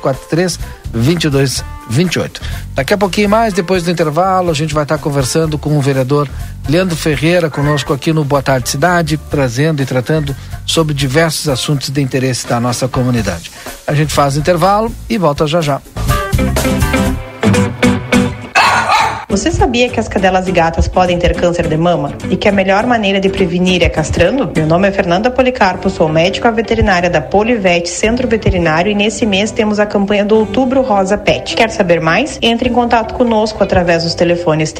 3243-2228. Daqui a pouquinho mais, depois do intervalo, a gente vai estar conversando com o vereador Leandro Ferreira, conosco aqui no Boa Tarde Cidade, trazendo e tratando sobre diversos assuntos de interesse da nossa comunidade. A gente faz o intervalo e volta já já. Você sabia que as cadelas e gatas podem ter câncer de mama? E que a melhor maneira de prevenir é castrando? Meu nome é Fernanda Policarpo, sou médica veterinária da Polivete Centro Veterinário e nesse mês temos a campanha do Outubro Rosa Pet. Quer saber mais? Entre em contato conosco através dos telefones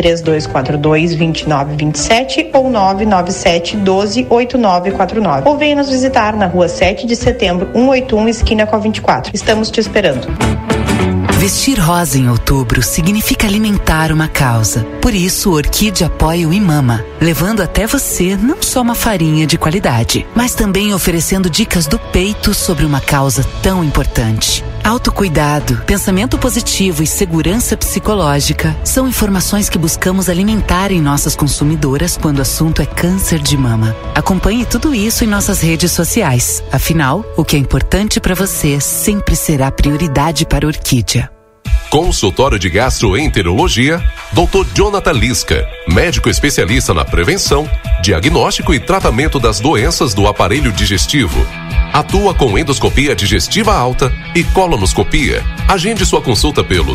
3242-2927 ou 997-12-8949. Ou venha nos visitar na rua 7 de setembro, 181, esquina com a 24. Estamos te esperando. Vestir rosa em outubro significa alimentar uma causa. Por isso, o Orquídea apoia o Imama, levando até você não só uma farinha de qualidade, mas também oferecendo dicas do peito sobre uma causa tão importante. Autocuidado, pensamento positivo e segurança psicológica são informações que buscamos alimentar em nossas consumidoras quando o assunto é câncer de mama. Acompanhe tudo isso em nossas redes sociais. Afinal, o que é importante para você sempre será prioridade para a Orquídea. Consultório de Gastroenterologia, Dr. Jonathan Lisca, médico especialista na prevenção, diagnóstico e tratamento das doenças do aparelho digestivo. Atua com endoscopia digestiva alta e colonoscopia. Agende sua consulta pelo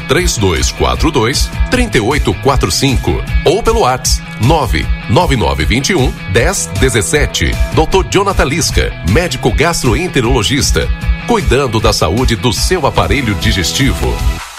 3242-3845 ou pelo WhatsApp 99921-1017. Dr. Jonathan Lisca, médico gastroenterologista, cuidando da saúde do seu aparelho digestivo.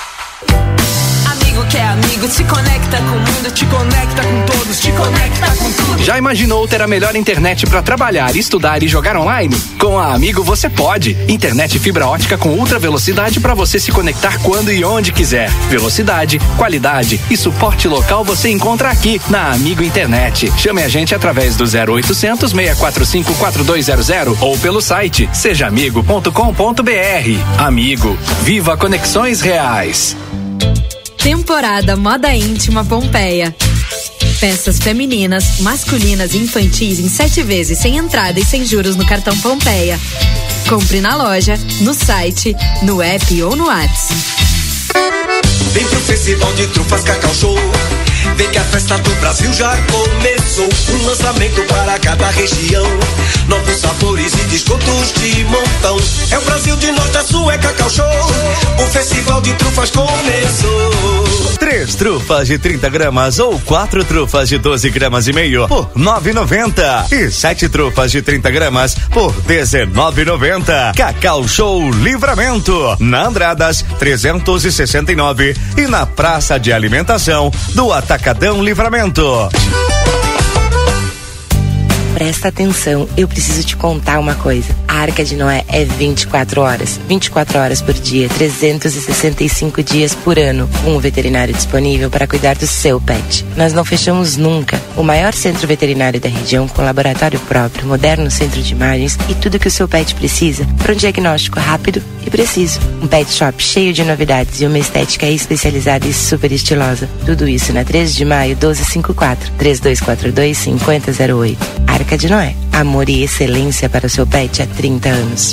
Que é amigo, te conecta com o mundo, te conecta com todos, te conecta com tudo. Já imaginou ter a melhor internet para trabalhar, estudar e jogar online? Com a Amigo você pode. Internet fibra ótica com ultra velocidade para você se conectar quando e onde quiser. Velocidade, qualidade e suporte local você encontra aqui na Amigo Internet. Chame a gente através do 0800 645 4200 ou pelo site sejaamigo.com.br. Amigo, viva conexões reais. Temporada Moda Íntima Pompeia. Peças femininas, masculinas e infantis em 7 vezes sem entrada e sem juros no cartão Pompeia. Compre na loja, no site, no app ou no WhatsApp. Vem pro Festival de Trufas Cacau Show. Vem que a festa do Brasil já começou. Um lançamento para cada região. Novos sabores e descontos de montão. É o Brasil de norte a sul, é Cacau Show. O Festival de Trufas começou. 3 trufas de 30 gramas ou 4 trufas de 12 gramas e meio por R$9,90. E 7 trufas de 30 gramas por R$19,90. Cacau Show Livramento. Na Andradas 369 e na Praça de Alimentação do Atacadão Livramento. Presta atenção, eu preciso te contar uma coisa. A Arca de Noé é 24 horas. 24 horas por dia, 365 dias por ano. Um veterinário disponível para cuidar do seu pet. Nós não fechamos nunca. O maior centro veterinário da região, com laboratório próprio, moderno centro de imagens e tudo que o seu pet precisa para um diagnóstico rápido e preciso. Um pet shop cheio de novidades e uma estética especializada e super estilosa. Tudo isso na 3 de maio, 1254, 3242-5008. Arca de Noé. Amor e excelência para o seu pet há 30 anos.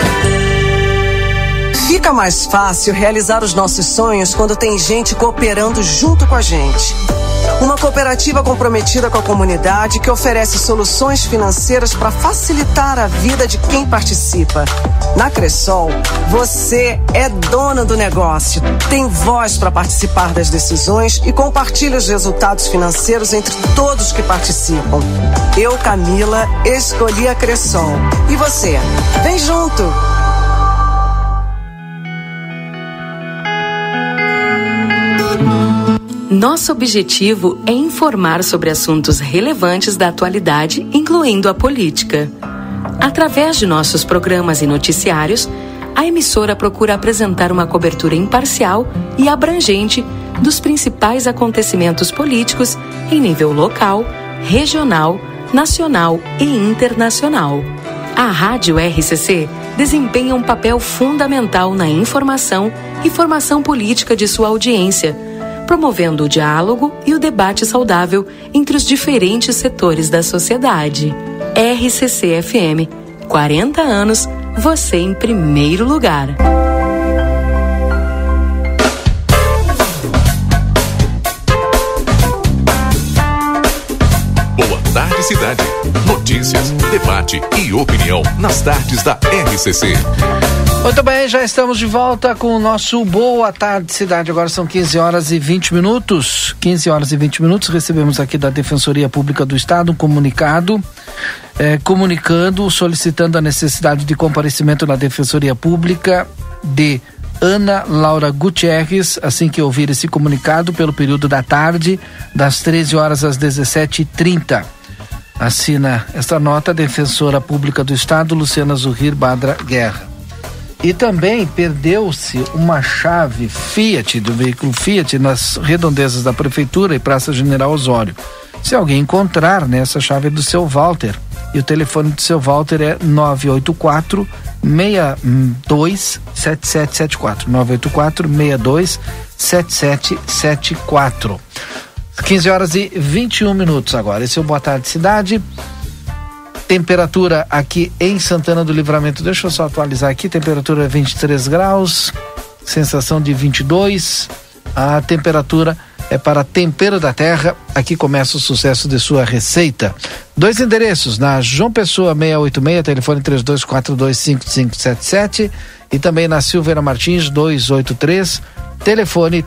Fica mais fácil realizar os nossos sonhos quando tem gente cooperando junto com a gente. Uma cooperativa comprometida com a comunidade que oferece soluções financeiras para facilitar a vida de quem participa. Na Cressol, você é dona do negócio, tem voz para participar das decisões e compartilha os resultados financeiros entre todos que participam. Eu, Camila, escolhi a Cressol. E você? Vem junto! Nosso objetivo é informar sobre assuntos relevantes da atualidade, incluindo a política. Através de nossos programas e noticiários, a emissora procura apresentar uma cobertura imparcial e abrangente dos principais acontecimentos políticos em nível local, regional, nacional e internacional. A Rádio RCC desempenha um papel fundamental na informação e formação política de sua audiência, promovendo o diálogo e o debate saudável entre os diferentes setores da sociedade. RCC-FM, 40 anos, você em primeiro lugar. Boa tarde, cidade. Notícias, debate e opinião nas tardes da RCC. Muito bem, já estamos de volta com o nosso Boa Tarde Cidade. Agora são 15 horas e 20 minutos. 15 horas e 20 minutos. Recebemos aqui da Defensoria Pública do Estado um comunicado solicitando a necessidade de comparecimento na Defensoria Pública de Ana Laura Gutierrez, assim que ouvir esse comunicado, pelo período da tarde, das 13 horas às 17h30. Assina esta nota a Defensora Pública do Estado, Luciana Zuhir Badra Guerra. E também perdeu-se uma chave Fiat, do veículo Fiat, nas redondezas da Prefeitura e Praça General Osório. Se alguém encontrar, né, essa chave é do seu Walter. E o telefone do seu Walter é 984-62-7774. 984-62-7774. 15 horas e 21 minutos agora. Esse é o Boa Tarde Cidade. Temperatura aqui em Santana do Livramento, deixa eu só atualizar aqui, temperatura é 23 graus, sensação de 22, a temperatura é para Tempero da Terra. Aqui começa o sucesso de sua receita. 2 endereços, na João Pessoa 686, telefone 32425577, e também na Silveira Martins 283, telefone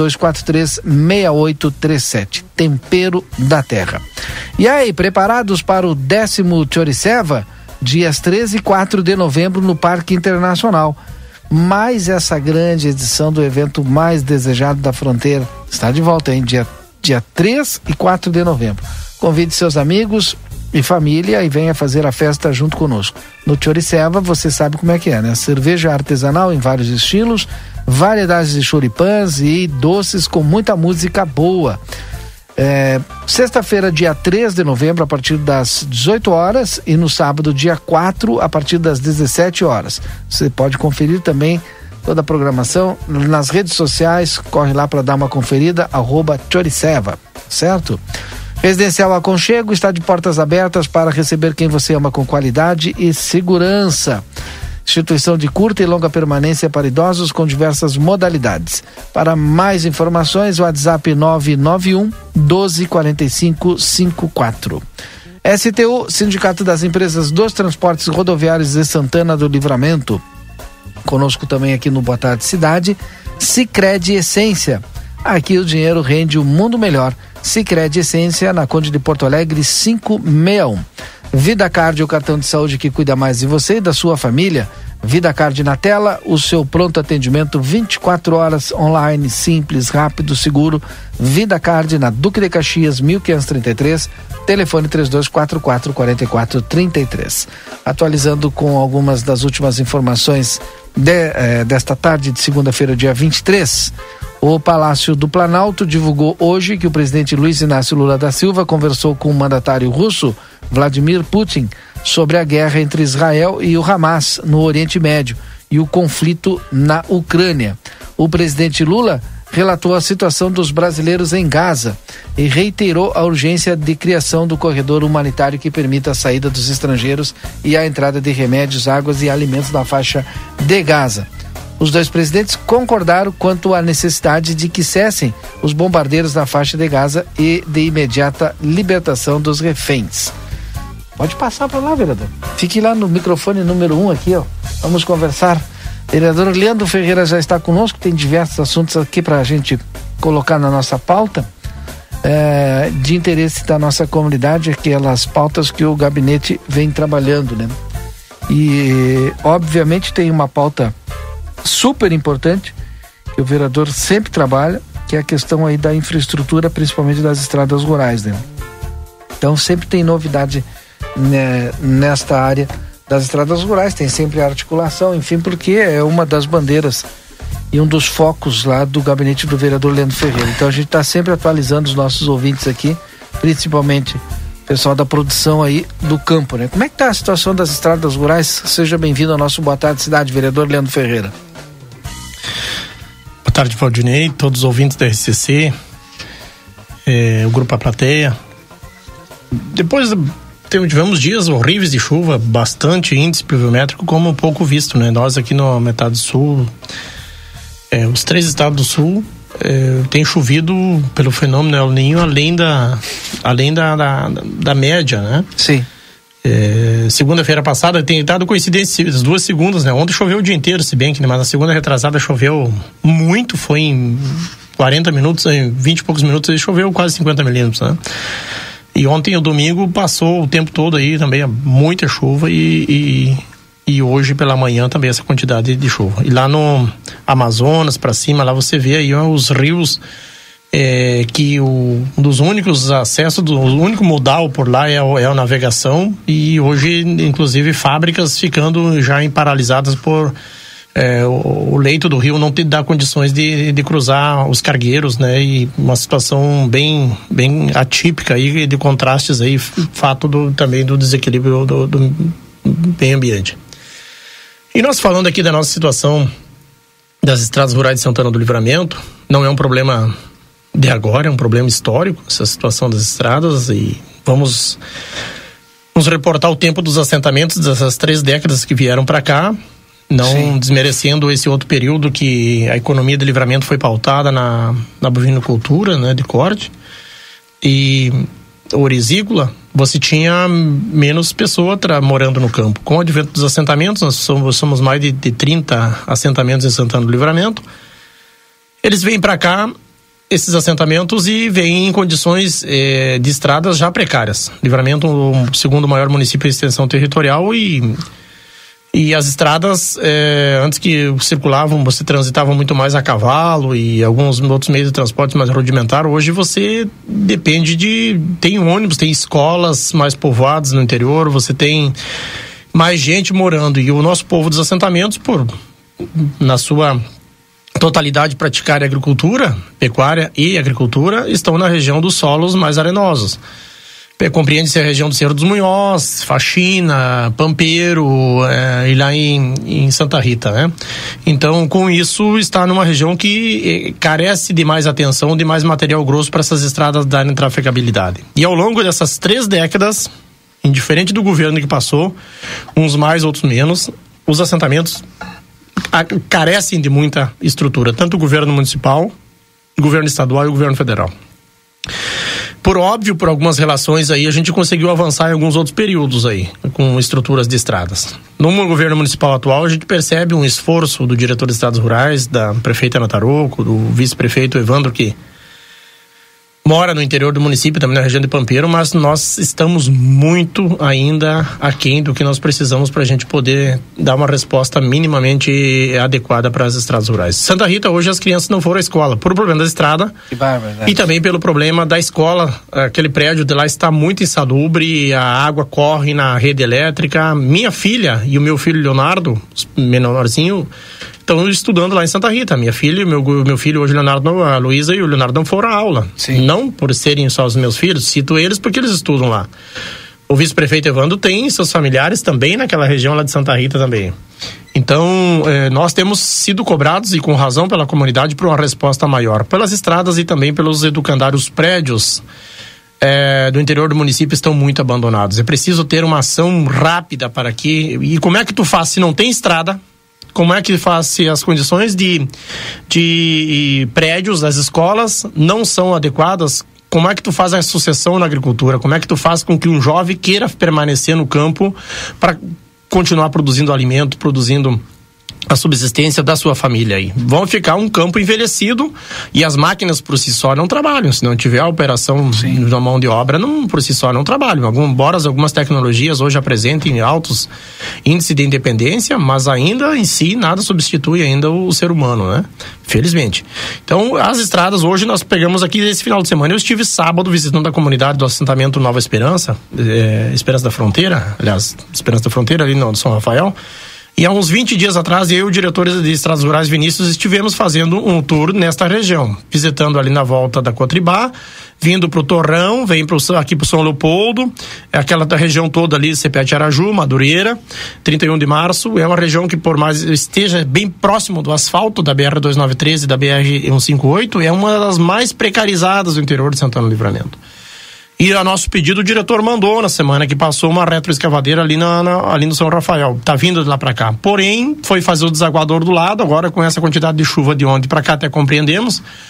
3243-6837. Tempero da Terra. E aí, preparados para o 10º Choriceva? Dias 13 e 4 de novembro no Parque Internacional. Mais essa grande edição do evento mais desejado da fronteira. Está de volta, hein? Dia 3 e 4 de novembro. Convide seus amigos e família e venha fazer a festa junto conosco. No Choriceva, você sabe como é que é, né? Cerveja artesanal em vários estilos, variedades de choripãs e doces com muita música boa. Sexta-feira, dia 3 de novembro, a partir das 18 horas, e no sábado, dia 4, a partir das 17 horas. Você pode conferir também toda a programação nas redes sociais, corre lá para dar uma conferida, @Choriceva, certo? Residencial Aconchego está de portas abertas para receber quem você ama com qualidade e segurança. Instituição de curta e longa permanência para idosos com diversas modalidades. Para mais informações, WhatsApp 991 124554. STU, Sindicato das Empresas dos Transportes Rodoviários de Santana do Livramento. Conosco também aqui no Boa Tarde Cidade, Sicredi Essência. Aqui o dinheiro rende um mundo melhor. Sicredi Essência, na Conde de Porto Alegre 561. VidaCard, o cartão de saúde que cuida mais de você e da sua família. VidaCard na tela, o seu pronto atendimento 24 horas online, simples, rápido, seguro. VidaCard na Duque de Caxias 1533, telefone 3244-4433. Atualizando com algumas das últimas informações desta tarde de segunda-feira, dia 23. O Palácio do Planalto divulgou hoje que o presidente Luiz Inácio Lula da Silva conversou com o mandatário russo Vladimir Putin sobre a guerra entre Israel e o Hamas no Oriente Médio e o conflito na Ucrânia. O presidente Lula relatou a situação dos brasileiros em Gaza e reiterou a urgência de criação do corredor humanitário que permita a saída dos estrangeiros e a entrada de remédios, águas e alimentos na faixa de Gaza. Os dois presidentes concordaram quanto à necessidade de que cessem os bombardeiros na faixa de Gaza e de imediata libertação dos reféns. Pode passar para lá, vereador. Fique lá no microfone número 1 aqui, ó. Vamos conversar. Vereador Leandro Ferreira já está conosco, tem diversos assuntos aqui para a gente colocar na nossa pauta de interesse da nossa comunidade, aquelas pautas que o gabinete vem trabalhando, né? E obviamente tem uma pauta super importante que o vereador sempre trabalha, que é a questão aí da infraestrutura, principalmente das estradas rurais, né? Então sempre tem novidade, né, nesta área das estradas rurais, tem sempre articulação, enfim, porque é uma das bandeiras e um dos focos lá do gabinete do vereador Leandro Ferreira. Então a gente está sempre atualizando os nossos ouvintes aqui, principalmente o pessoal da produção aí do campo, né? Como é que está a situação das estradas rurais? Seja bem-vindo ao nosso Boa Tarde Cidade, vereador Leandro Ferreira. Boa tarde, Valdinei, todos os ouvintes da RCC, o Grupo A Plateia. Depois tivemos dias horríveis de chuva, bastante índice pluviométrico, como pouco visto, né? Nós aqui na metade sul, os 3 estados do sul, tem chovido pelo fenômeno El Niño além da média, né? Sim. Segunda-feira passada tem dado coincidência as 2 segundas, né? Ontem choveu o dia inteiro, se bem que, mas na segunda retrasada choveu muito, foi em 40 minutos, em 20 e poucos minutos choveu quase 50 milímetros, né? E ontem, o domingo, passou o tempo todo aí também muita chuva e hoje pela manhã também essa quantidade de chuva. E lá no Amazonas, para cima, lá você vê aí os rios, que um dos únicos acessos, o único modal por lá é a navegação, e hoje, inclusive, fábricas ficando já paralisadas por o leito do rio não te dá condições de cruzar os cargueiros, né? E uma situação bem atípica aí, de contrastes aí, fato também do desequilíbrio do meio ambiente. E nós falando aqui da nossa situação das estradas rurais de Santana do Livramento, não é um problema de agora, é um problema histórico, essa situação das estradas, e vamos nos reportar o tempo dos assentamentos dessas 3 décadas que vieram para cá, não desmerecendo esse outro período que a economia de Livramento foi pautada na bovinocultura, né, de corte, e orizícola, você tinha menos pessoa morando no campo. Com o advento dos assentamentos, nós somos mais de 30 assentamentos em Santana do Livramento. Eles vêm para cá, esses assentamentos, e vêm em condições de estradas já precárias. Livramento, o segundo maior município de extensão territorial, e as estradas, antes que circulavam, você transitava muito mais a cavalo e alguns outros meios de transporte mais rudimentares. Hoje você depende tem ônibus, tem escolas mais povoadas no interior, você tem mais gente morando, e o nosso povo dos assentamentos, na sua totalidade, praticar agricultura, pecuária e agricultura, estão na região dos solos mais arenosos. Compreende-se a região do Cerro dos Munhós, Faxina, Pampeiro, e lá em Santa Rita, né? Então, com isso, está numa região que carece de mais atenção, de mais material grosso para essas estradas darem trafegabilidade. E ao longo dessas 3 décadas, indiferente do governo que passou, uns mais, outros menos, os assentamentos carecem de muita estrutura, tanto o governo municipal, o governo estadual e o governo federal. Por óbvio, por algumas relações aí, a gente conseguiu avançar em alguns outros períodos aí, com estruturas de estradas. No governo municipal atual, a gente percebe um esforço do diretor de estradas rurais, da prefeita Ana Taroco, do vice-prefeito Evandro, que mora no interior do município, também na região de Pampeiro, mas nós estamos muito ainda aquém do que nós precisamos para a gente poder dar uma resposta minimamente adequada para as estradas rurais. Santa Rita, hoje as crianças não foram à escola por problema da estrada, e também pelo problema da escola. Aquele prédio de lá está muito insalubre, a água corre na rede elétrica. Minha filha e o meu filho Leonardo, menorzinho, estão estudando lá em Santa Rita. Minha filha, meu filho hoje, Leonardo, a Luísa e o Leonardo não foram à aula. Sim. Não por serem só os meus filhos, cito eles porque eles estudam lá. O vice-prefeito Evandro tem seus familiares também naquela região lá de Santa Rita também. Então, nós temos sido cobrados, e com razão, pela comunidade por uma resposta maior. Pelas estradas e também pelos educandários. Prédios do interior do município estão muito abandonados. É preciso ter uma ação rápida para que... E como é que tu faz se não tem estrada? Como é que faz se as condições de prédios das escolas não são adequadas? Como é que tu faz a sucessão na agricultura? Como é que tu faz com que um jovem queira permanecer no campo para continuar produzindo alimento, produzindo a subsistência da sua família aí? Vão ficar um campo envelhecido, e as máquinas por si só não trabalham. Se não tiver a operação na mão de obra, por si só não trabalham. Embora algumas tecnologias hoje apresentem altos índices de independência, mas ainda em si nada substitui ainda o ser humano, né? Felizmente. Então, as estradas hoje nós pegamos aqui esse final de semana. Eu estive sábado visitando a comunidade do assentamento Nova Esperança, Esperança da Fronteira, aliás, Esperança da Fronteira ali no São Rafael. E há uns 20 dias atrás, eu e o diretor de Estradas Rurais, Vinícius, estivemos fazendo um tour nesta região, visitando ali na volta da Cotribá, vindo para o Torrão, vem aqui para o São Leopoldo, aquela região toda ali, Cepete Araju, Madureira, 31 de março, é uma região que, por mais esteja bem próximo do asfalto da BR-293 e da BR-158, é uma das mais precarizadas do interior de Santana do Livramento. E a nosso pedido, o diretor mandou na semana que passou uma retroescavadeira ali no São Rafael. Tá vindo de lá para cá. Porém, foi fazer o desaguador do lado, agora com essa quantidade de chuva de onde para cá até compreendemos.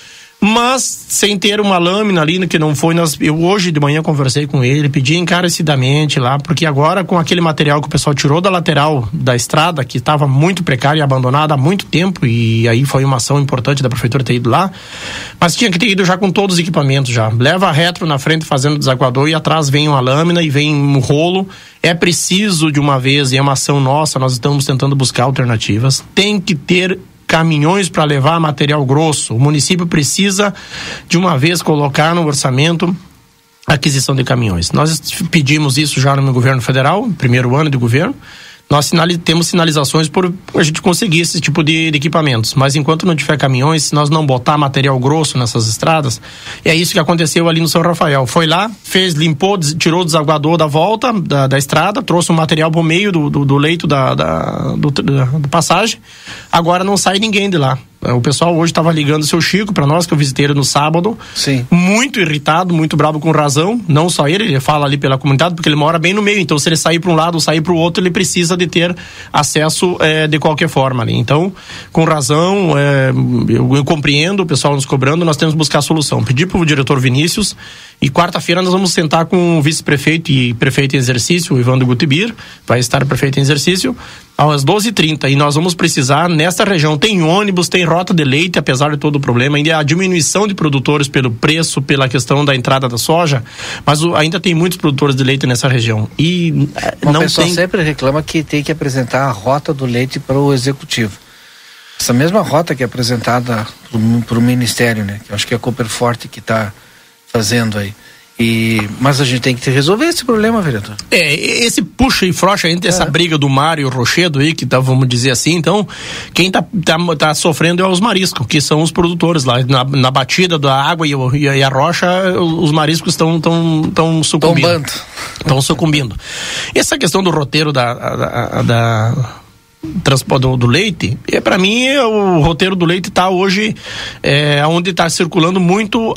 mas sem ter uma lâmina ali, que não foi. Eu hoje de manhã conversei com ele, pedi encarecidamente lá, porque agora com aquele material que o pessoal tirou da lateral da estrada, que estava muito precária e abandonada há muito tempo, e aí foi uma ação importante da prefeitura ter ido lá, mas tinha que ter ido já com todos os equipamentos já. Leva a retro na frente fazendo desaguador e atrás vem uma lâmina e vem um rolo. É preciso de uma vez, e é uma ação nossa, nós estamos tentando buscar alternativas. Tem que ter caminhões para levar material grosso. O município precisa de uma vez colocar no orçamento a aquisição de caminhões. Nós pedimos isso já no governo federal, primeiro ano de governo. Nós temos sinalizações por a gente conseguir esse tipo de equipamentos, mas enquanto não tiver caminhões, se nós não botar material grosso nessas estradas, é isso que aconteceu ali no São Rafael. Foi lá, limpou, tirou o desaguador da volta da estrada, trouxe um material pro meio do leito da passagem. Agora não sai ninguém de lá. O pessoal hoje estava ligando o seu Chico para nós, que eu visitei ele no sábado. Sim. Muito irritado, muito bravo, com razão. Não só ele fala ali pela comunidade, porque ele mora bem no meio. Então, se ele sair para um lado ou sair para o outro, ele precisa de ter acesso de qualquer forma ali. Então, com razão, eu compreendo o pessoal nos cobrando, nós temos que buscar a solução. Pedi para o diretor Vinícius, e quarta-feira nós vamos sentar com o vice-prefeito e prefeito em exercício, o Ivandro Gutibir, vai estar prefeito em exercício, às 12h30, e nós vamos precisar, nesta região, tem ônibus, tem rota de leite, apesar de todo o problema, ainda a diminuição de produtores pelo preço, pela questão da entrada da soja, mas ainda tem muitos produtores de leite nessa região. E o pessoal sempre reclama que tem que apresentar a rota do leite para o executivo. Essa mesma rota que é apresentada para o Ministério, né? Que eu acho que é a Cooperforte que está fazendo aí. Mas a gente tem que resolver esse problema, vereador. Esse puxa e frouxa entre essa briga do Mário e o Rochedo aí, que tá, vamos dizer assim, então, quem tá sofrendo é os mariscos, que são os produtores lá, na batida da água e a rocha, os mariscos estão sucumbindo. Estão sucumbindo. Essa questão do roteiro transporte do leite, para mim o roteiro do leite está hoje onde está circulando muito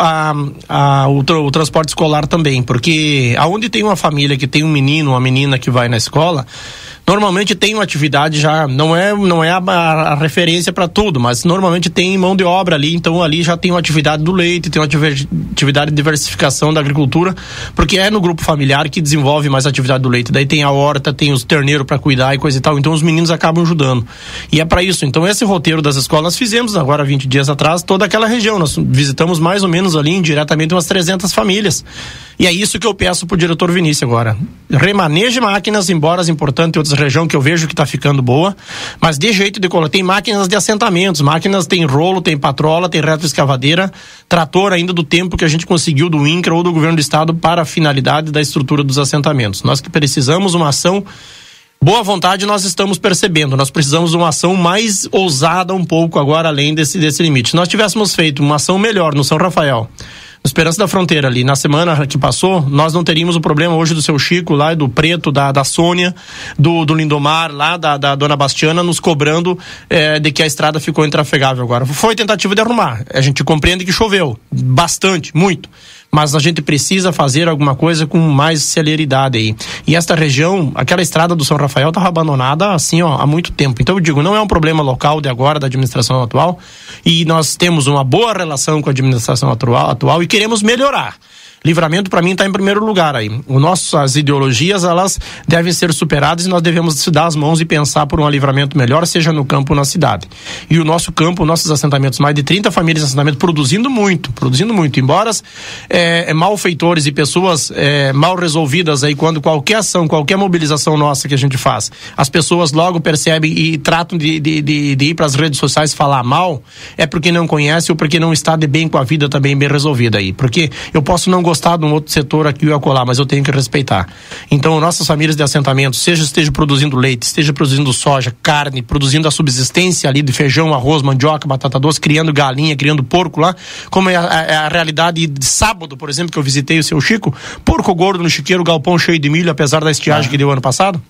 o transporte escolar também, porque aonde tem uma família que tem um menino, uma menina que vai na escola, normalmente tem uma atividade já, não é a referência para tudo, mas normalmente tem mão de obra ali, então ali já tem uma atividade do leite, tem uma atividade de diversificação da agricultura, porque é no grupo familiar que desenvolve mais a atividade do leite, daí tem a horta, tem os terneiros para cuidar e coisa e tal, então os meninos acabam ajudando, e é para isso. Então esse roteiro das escolas nós fizemos agora 20 dias atrás, toda aquela região, nós visitamos mais ou menos ali indiretamente umas 300 famílias, e é isso que eu peço pro diretor Vinícius agora, remaneje máquinas, embora as importantes em outras região que eu vejo que está ficando boa, mas de jeito de colocar, tem máquinas de assentamentos, máquinas tem rolo, tem patrola, tem retroescavadeira, trator ainda do tempo que a gente conseguiu do INCRA ou do governo do estado para a finalidade da estrutura dos assentamentos. Nós que precisamos uma ação, boa vontade nós estamos percebendo, nós precisamos de uma ação mais ousada um pouco agora, além desse limite. Se nós tivéssemos feito uma ação melhor no São Rafael, Esperança da Fronteira ali, na semana que passou, nós não teríamos o problema hoje do seu Chico lá, do Preto, da Sônia, do Lindomar lá, da Dona Bastiana, nos cobrando de que a estrada ficou intrafegável agora. Foi tentativa de arrumar, a gente compreende que choveu, bastante, muito, mas a gente precisa fazer alguma coisa com mais celeridade aí. E esta região, aquela estrada do São Rafael estava abandonada assim, há muito tempo. Então eu digo, não é um problema local de agora, da administração atual, e nós temos uma boa relação com a administração atual e queremos melhorar. Livramento, para mim, está em primeiro lugar aí. As ideologias, elas devem ser superadas e nós devemos se dar as mãos e pensar por um livramento melhor, seja no campo ou na cidade. E o nosso campo, nossos assentamentos, mais de 30 famílias de assentamento, produzindo muito. Embora malfeitores e pessoas mal resolvidas aí, quando qualquer ação, qualquer mobilização nossa que a gente faz, as pessoas logo percebem e tratam de ir para as redes sociais falar mal, é porque não conhece ou porque não está de bem com a vida também bem resolvida aí. Porque eu posso não gostar de um outro setor aqui ou acolá, mas eu tenho que respeitar. Então, nossas famílias de assentamento, esteja produzindo leite, esteja produzindo soja, carne, produzindo a subsistência ali de feijão, arroz, mandioca, batata doce, criando galinha, criando porco lá, como é a realidade de sábado, por exemplo, que eu visitei o seu Chico, porco gordo no chiqueiro, galpão cheio de milho, apesar da estiagem que deu ano passado.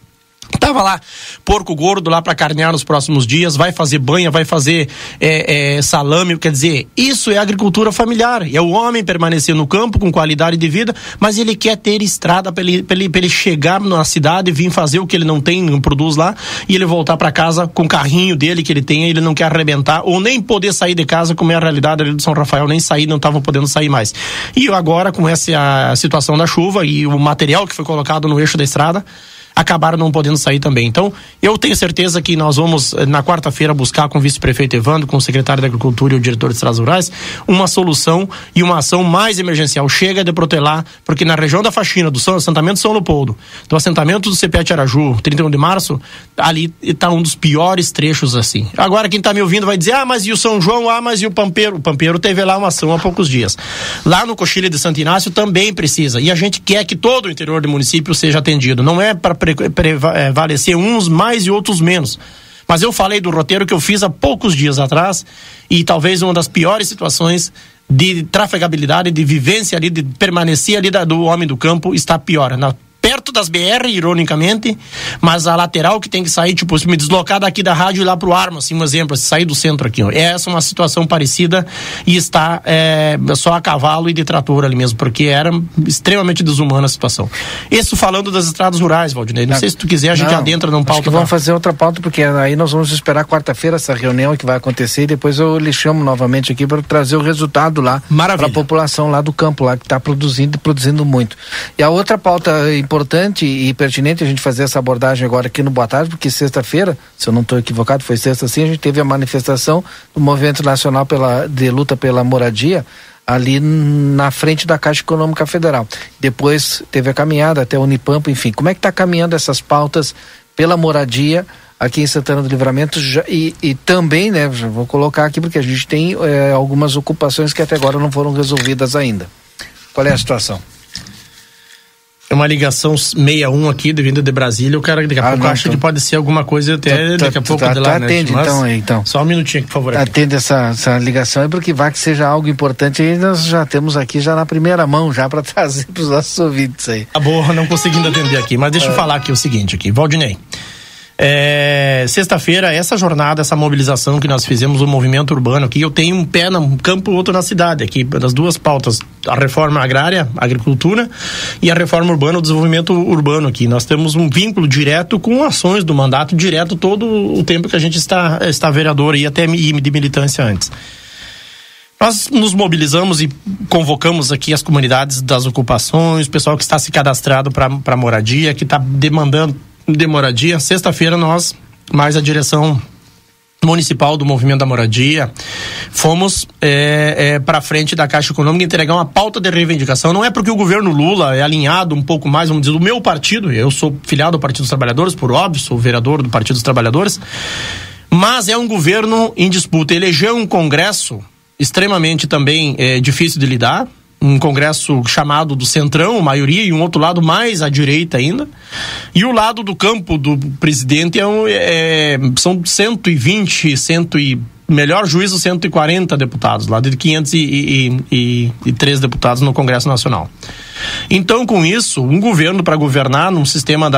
Tava lá, porco gordo lá para carnear nos próximos dias, vai fazer banha, vai fazer salame, quer dizer, isso é agricultura familiar, é o homem permanecer no campo com qualidade de vida, mas ele quer ter estrada para ele chegar na cidade e vir fazer o que ele não tem, não produz lá, e ele voltar para casa com o carrinho dele que ele tem, ele não quer arrebentar, ou nem poder sair de casa, como é a realidade ali do São Rafael, nem sair, não estavam podendo sair mais. E agora, com essa situação da chuva e o material que foi colocado no eixo da estrada, acabaram não podendo sair também. Então, eu tenho certeza que nós vamos, na quarta-feira, buscar com o vice-prefeito Evandro, com o secretário da Agricultura e o diretor de Estradas Rurais, uma solução e uma ação mais emergencial. Chega de protelar, porque na região da faxina, do assentamento São Leopoldo, do assentamento do CPE Araju, 31 de março, ali está um dos piores trechos assim. Agora, quem está me ouvindo vai dizer, mas e o São João? Mas e o Pampeiro? O Pampeiro teve lá uma ação há poucos dias. Lá no Coxilha de Santo Inácio também precisa. E a gente quer que todo o interior do município seja atendido. Não é para prevalecer uns mais e outros menos. Mas eu falei do roteiro que eu fiz há poucos dias atrás e talvez uma das piores situações de trafegabilidade, de vivência ali, de permanecer ali do homem do campo está pior. Perto das BR, ironicamente, mas a lateral que tem que sair, tipo, se me deslocar daqui da rádio e ir lá pro Arma, assim, um exemplo, sair do centro aqui, ó. Essa é uma situação parecida e está só a cavalo e de trator ali mesmo, porque era extremamente desumana a situação. Isso falando das estradas rurais, Valdinei. Não sei se tu quiser, a gente adentra num pauta. Acho que vamos fazer outra pauta, porque aí nós vamos esperar quarta-feira essa reunião que vai acontecer e depois eu lhe chamo novamente aqui para trazer o resultado lá para a população lá do campo, lá que está produzindo muito. E a outra pauta importante e pertinente a gente fazer essa abordagem agora aqui no Boa Tarde, porque sexta-feira, se eu não estou equivocado, foi sexta sim, a gente teve a manifestação do Movimento Nacional de Luta pela Moradia ali na frente da Caixa Econômica Federal. Depois teve a caminhada até a Unipampa, enfim. Como é que está caminhando essas pautas pela moradia aqui em Santana do Livramento e também, né, já vou colocar aqui porque a gente tem algumas ocupações que até agora não foram resolvidas ainda. Qual é a situação? É uma ligação 61 aqui, de vinda de Brasília. O cara daqui a pouco acha que pode ser alguma coisa até daqui a pouco de lá, né? Atende, então. Só um minutinho aqui, por favor. Atende essa ligação aí, porque vai que seja algo importante aí, nós já temos aqui já na primeira mão, já para trazer para os nossos ouvintes aí. Tá bom, não conseguindo atender aqui, mas deixa eu falar aqui o seguinte aqui, Valdinei. Sexta-feira, essa jornada, essa mobilização que nós fizemos, o movimento urbano aqui, eu tenho um pé no campo, outro na cidade, aqui, das duas pautas, a reforma agrária, agricultura, e a reforma urbana, o desenvolvimento urbano aqui. Nós temos um vínculo direto com ações do mandato direto todo o tempo que a gente está vereador e até de militância antes. Nós nos mobilizamos e convocamos aqui as comunidades das ocupações, o pessoal que está se cadastrado para moradia, que está demandando de moradia. Sexta-feira nós, mais a direção municipal do Movimento da Moradia, fomos para frente da Caixa Econômica entregar uma pauta de reivindicação. Não é porque o governo Lula é alinhado um pouco mais, vamos dizer, do meu partido, eu sou filiado ao Partido dos Trabalhadores, por óbvio, sou vereador do Partido dos Trabalhadores, mas é um governo em disputa. Elegeu um congresso extremamente também difícil de lidar, um congresso chamado do Centrão, maioria, e um outro lado mais à direita ainda, e o lado do campo do presidente são 120, melhor juízo, 140 deputados, lá de 503 deputados no Congresso Nacional. Então, com isso, um governo para governar num sistema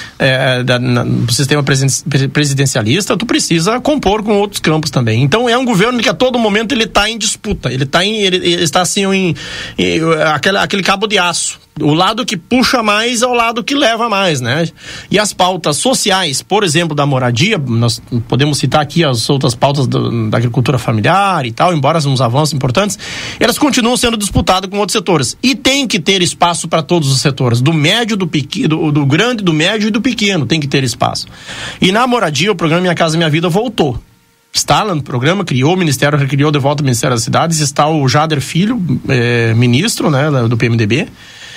no sistema presidencialista, tu precisa compor com outros campos também. Então, é um governo que a todo momento ele está em disputa, ele está assim aquele cabo de aço. O lado que puxa mais é o lado que leva mais, né? E as pautas sociais, por exemplo, da moradia, nós podemos citar aqui as outras pautas da agricultura familiar e tal, embora sejam uns avanços importantes, elas continuam sendo disputadas com outros setores. E tem que ter espaço para todos os setores, do médio, do pequeno, do grande, do médio e do pequeno, tem que ter espaço. E na moradia, o programa Minha Casa Minha Vida voltou. Está lá no programa, criou o Ministério, recriou de volta o Ministério das Cidades, está o Jader Filho, ministro, né, do PMDB.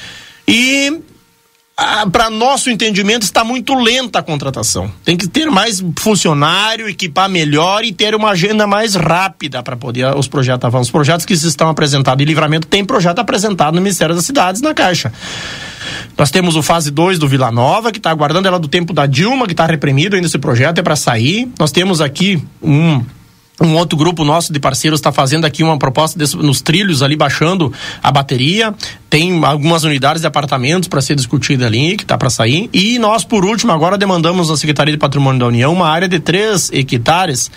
E para nosso entendimento está muito lenta a contratação. Tem que ter mais funcionário, equipar melhor e ter uma agenda mais rápida para poder os projetos avançar. Os projetos que estão apresentados em Livramento tem projeto apresentado no Ministério das Cidades, na Caixa. Nós temos o fase 2 do Vila Nova, que está aguardando ela do tempo da Dilma, que está reprimido ainda esse projeto, é para sair. Nós temos aqui Um outro grupo nosso de parceiros está fazendo aqui uma proposta nos trilhos ali, baixando a bateria. Tem algumas unidades de apartamentos para ser discutida ali, que está para sair. E nós, por último, agora demandamos na Secretaria de Patrimônio da União uma área de 3 hectares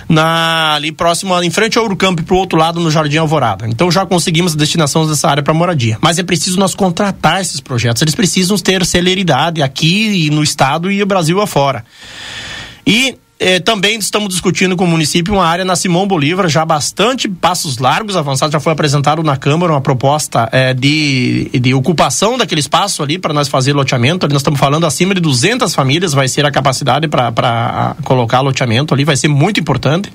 ali próximo, em frente ao Eurocamp, para o outro lado, no Jardim Alvorada. Então já conseguimos a destinação dessa área para moradia. Mas é preciso nós contratar esses projetos. Eles precisam ter celeridade aqui no estado e o Brasil afora. E também estamos discutindo com o município uma área na Simão Bolívar, já bastante passos largos avançados, já foi apresentado na Câmara uma proposta de ocupação daquele espaço ali para nós fazer loteamento. Ali nós estamos falando acima de 200 famílias, vai ser a capacidade para colocar loteamento ali, vai ser muito importante.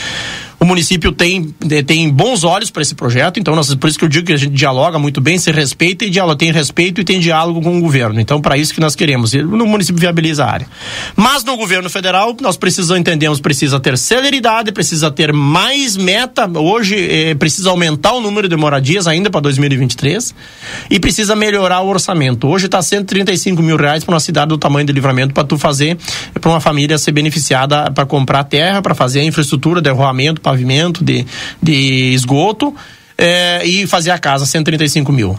O município tem bons olhos para esse projeto, então por isso que eu digo que a gente dialoga muito bem, se respeita e tem respeito e tem diálogo com o governo. Então, para isso que nós queremos. No município viabiliza a área. Mas no governo federal, nós entendemos, precisa ter celeridade, precisa ter mais meta. Hoje, precisa aumentar o número de moradias ainda para 2023 e precisa melhorar o orçamento. Hoje está R$135 mil para uma cidade do tamanho de Livramento para tu fazer, para uma família ser beneficiada para comprar terra, para fazer a infraestrutura, derruamento, pavimento, de esgoto e fazer a casa, 135 mil.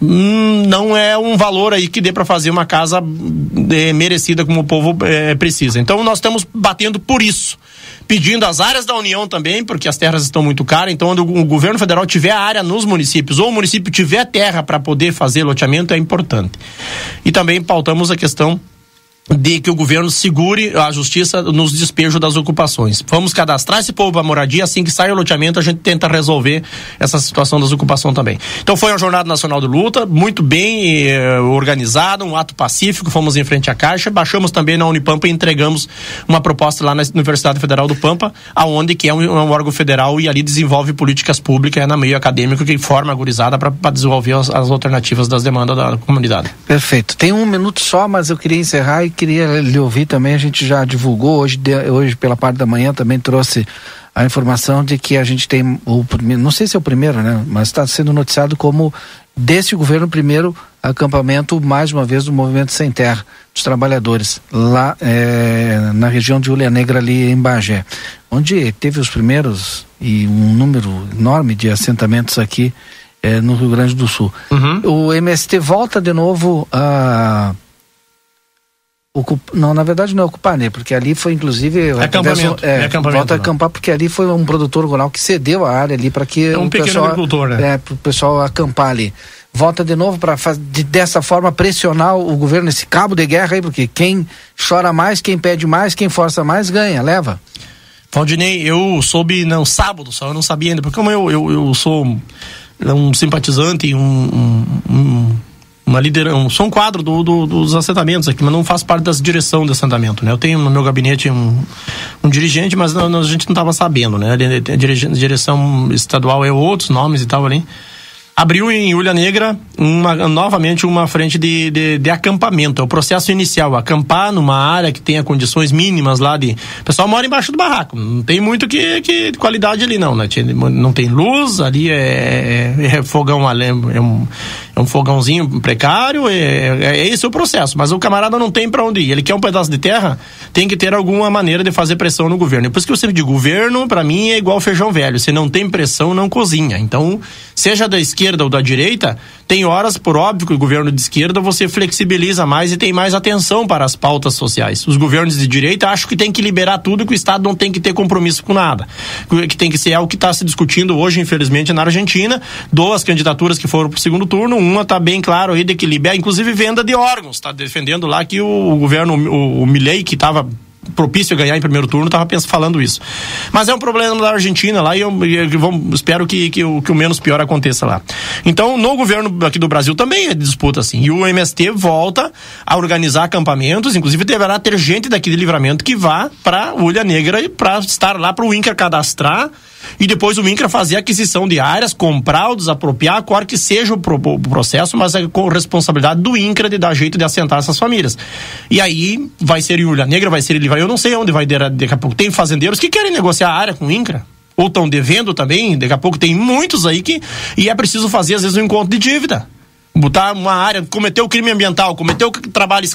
Não é um valor aí que dê para fazer uma casa merecida como o povo precisa. Então nós estamos batendo por isso, pedindo as áreas da União também, porque as terras estão muito caras. Então quando o governo federal tiver a área nos municípios, ou o município tiver terra para poder fazer loteamento, é importante. E também pautamos a questão de que o governo segure a justiça nos despejos das ocupações. Vamos cadastrar esse povo para moradia, assim que sai o loteamento a gente tenta resolver essa situação das ocupações também. Então foi uma jornada nacional de luta, muito bem organizada, um ato pacífico, fomos em frente à Caixa, baixamos também na Unipampa e entregamos uma proposta lá na Universidade Federal do Pampa, aonde que é um órgão federal e ali desenvolve políticas públicas, no meio acadêmico, que forma a gurizada para desenvolver as alternativas das demandas da comunidade. Perfeito. Tem 1 minuto só, mas eu queria encerrar e queria lhe ouvir também. A gente já divulgou hoje pela parte da manhã, também trouxe a informação de que a gente tem não sei se é o primeiro, né, mas está sendo noticiado como desse governo primeiro acampamento, mais uma vez, do Movimento Sem Terra dos Trabalhadores, lá na região de Ulha Negra, ali em Bagé, onde teve os primeiros e um número enorme de assentamentos aqui no Rio Grande do Sul. O MST volta de novo a não, na verdade não é ocupar, né? Porque ali foi inclusive acampamento, volta a acampar, porque ali foi um produtor rural que cedeu a área ali para que um pequeno agricultor, né? Para o pessoal acampar ali. Volta de novo para dessa forma pressionar o governo, esse cabo de guerra aí, porque quem chora mais, quem pede mais, quem força mais ganha, leva. Valdinei, eu soube sábado só, eu não sabia ainda, porque como eu sou um simpatizante e uma liderança, sou um quadro dos assentamentos aqui, mas não faço parte da direção do assentamento, né? Eu tenho no meu gabinete um dirigente, mas a gente não estava sabendo, né? A direção estadual é outros nomes e tal ali. Abriu em Ulha Negra novamente uma frente de acampamento. É o processo inicial, acampar numa área que tenha condições mínimas lá o pessoal mora embaixo do barraco, não tem muito que qualidade ali não, né? Não tem luz, ali é fogão, é um fogãozinho precário, esse é o processo, mas o camarada não tem para onde ir, ele quer um pedaço de terra, tem que ter alguma maneira de fazer pressão no governo. Por isso que eu sempre digo, governo para mim é igual feijão velho, se não tem pressão não cozinha. Então, seja da esquerda ou da direita, tem horas, por óbvio, que o governo de esquerda você flexibiliza mais e tem mais atenção para as pautas sociais. Os governos de direita acham que tem que liberar tudo, que o Estado não tem que ter compromisso com nada, que tem que ser o que está se discutindo hoje, infelizmente, na Argentina. 2 candidaturas que foram para o segundo turno, uma está bem claro aí de que libera, inclusive venda de órgãos, está defendendo lá que o governo, o Milei, que estava propício a ganhar em primeiro turno, estava falando isso. Mas é um problema da Argentina lá e espero que o menos pior aconteça lá. Então, no governo aqui do Brasil também é disputa assim. E o MST volta a organizar acampamentos, inclusive deverá ter gente daqui de Livramento que vá para Ulha Negra para estar lá para o INCRA cadastrar e depois o INCRA fazer a aquisição de áreas, comprar ou desapropriar, qual que seja o processo, mas é com responsabilidade do INCRA de dar jeito de assentar essas famílias. E aí vai ser em Ulha Negra, vai ser em Livramento, eu não sei onde vai daqui a pouco. Tem fazendeiros que querem negociar a área com o INCRA, ou estão devendo também, daqui a pouco tem muitos aí e é preciso fazer às vezes um encontro de dívida. Botar uma área, cometeu crime ambiental, cometeu trabalho escravo.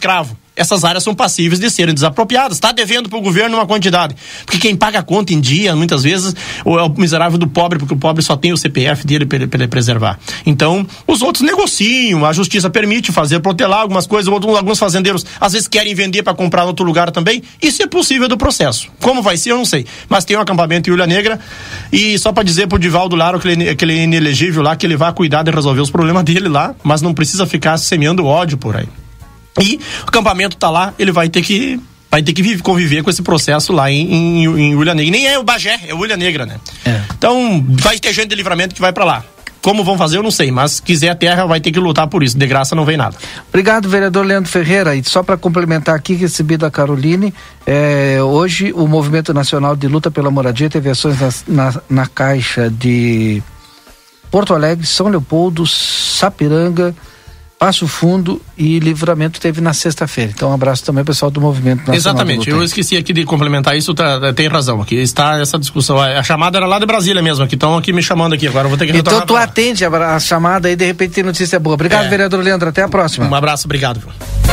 essas áreas são passíveis de serem desapropriadas. Está devendo para o governo uma quantidade. Porque quem paga a conta em dia, muitas vezes, é o miserável do pobre, porque o pobre só tem o CPF dele para ele preservar. Então, os outros negociam, a justiça permite fazer protelar algumas coisas, alguns fazendeiros às vezes querem vender para comprar em outro lugar também. Isso é possível do processo. Como vai ser, eu não sei. Mas tem um acampamento em Ulha Negra, e só para dizer pro Divaldo Lara, aquele inelegível lá, que ele vai cuidar de resolver os problemas dele lá, mas não precisa ficar semeando ódio por aí. E o acampamento tá lá, ele vai ter que conviver com esse processo lá em Ulha Negra. Nem é o Bagé, é Ulha Negra, né? Então, vai ter gente de Livramento que vai para lá. Como vão fazer, eu não sei, mas quiser a terra, vai ter que lutar por isso. De graça não vem nada. Obrigado, vereador Leandro Ferreira. E só para complementar aqui, recebi da Caroline, hoje o Movimento Nacional de Luta pela Moradia teve ações na Caixa de Porto Alegre, São Leopoldo, Sapiranga, Passo Fundo e Livramento teve na sexta-feira. Então, um abraço também ao pessoal do Movimento Nacional. Exatamente, eu esqueci aqui de complementar isso, tem razão, aqui está essa discussão, a chamada era lá de Brasília mesmo, que estão aqui me chamando aqui, agora eu vou ter que retornar. Então tu atende a chamada aí, de repente tem notícia boa. Obrigado, vereador Leandro, até a próxima. Um abraço, obrigado.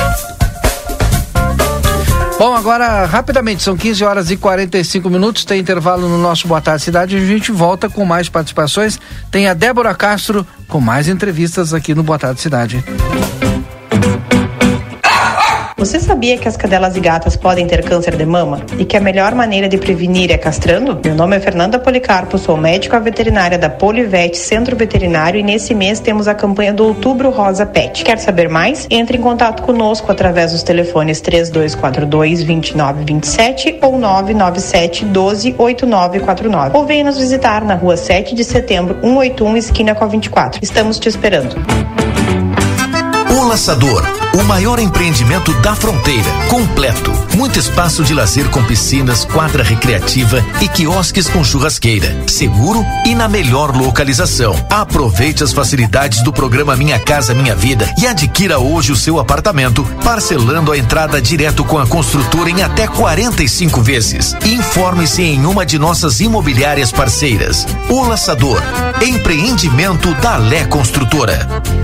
Bom, agora, rapidamente, são 15 horas e 45 minutos, tem intervalo no nosso Boa Tarde Cidade, e a gente volta com mais participações. Tem a Débora Castro com mais entrevistas aqui no Boa Tarde Cidade. Você sabia que as cadelas e gatas podem ter câncer de mama? E que a melhor maneira de prevenir é castrando? Meu nome é Fernanda Policarpo, sou médica veterinária da Polivete Centro Veterinário, e nesse mês temos a campanha do Outubro Rosa Pet. Quer saber mais? Entre em contato conosco através dos telefones 3242-2927 ou 997-12-8949. Ou venha nos visitar na rua 7 de setembro, 181, esquina com a 24. Estamos te esperando. O Laçador, o maior empreendimento da fronteira, completo. Muito espaço de lazer com piscinas, quadra recreativa e quiosques com churrasqueira. Seguro e na melhor localização. Aproveite as facilidades do programa Minha Casa Minha Vida e adquira hoje o seu apartamento, parcelando a entrada direto com a construtora em até 45 vezes. Informe-se em uma de nossas imobiliárias parceiras. O Laçador, empreendimento da Lé Construtora.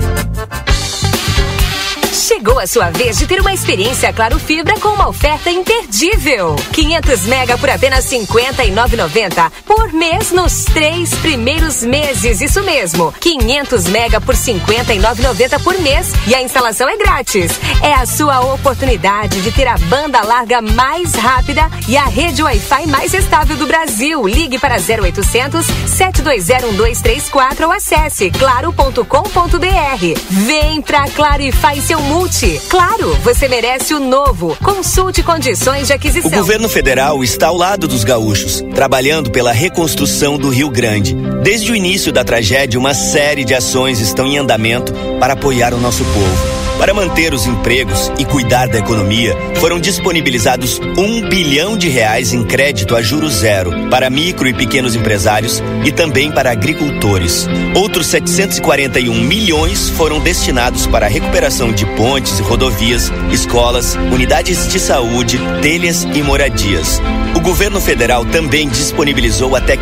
Chegou a sua vez de ter uma experiência Claro Fibra com uma oferta imperdível. 500 mega por apenas R$ 59,90 por mês nos 3 primeiros meses. Isso mesmo, 500 mega por R$ 59,90 por mês e a instalação é grátis. É a sua oportunidade de ter a banda larga mais rápida e a rede Wi-Fi mais estável do Brasil. Ligue para 0800 720 1234 ou acesse claro.com.br. Vem pra Claro e faz seu multi. Claro, você merece o novo. Consulte condições de aquisição. O governo federal está ao lado dos gaúchos, trabalhando pela reconstrução do Rio Grande. Desde o início da tragédia, uma série de ações estão em andamento para apoiar o nosso povo. Para manter os empregos e cuidar da economia, foram disponibilizados R$1 bilhão em crédito a juros zero para micro e pequenos empresários e também para agricultores. Outros 741 milhões foram destinados para a recuperação de pontes e rodovias, escolas, unidades de saúde, telhas e moradias. O governo federal também disponibilizou até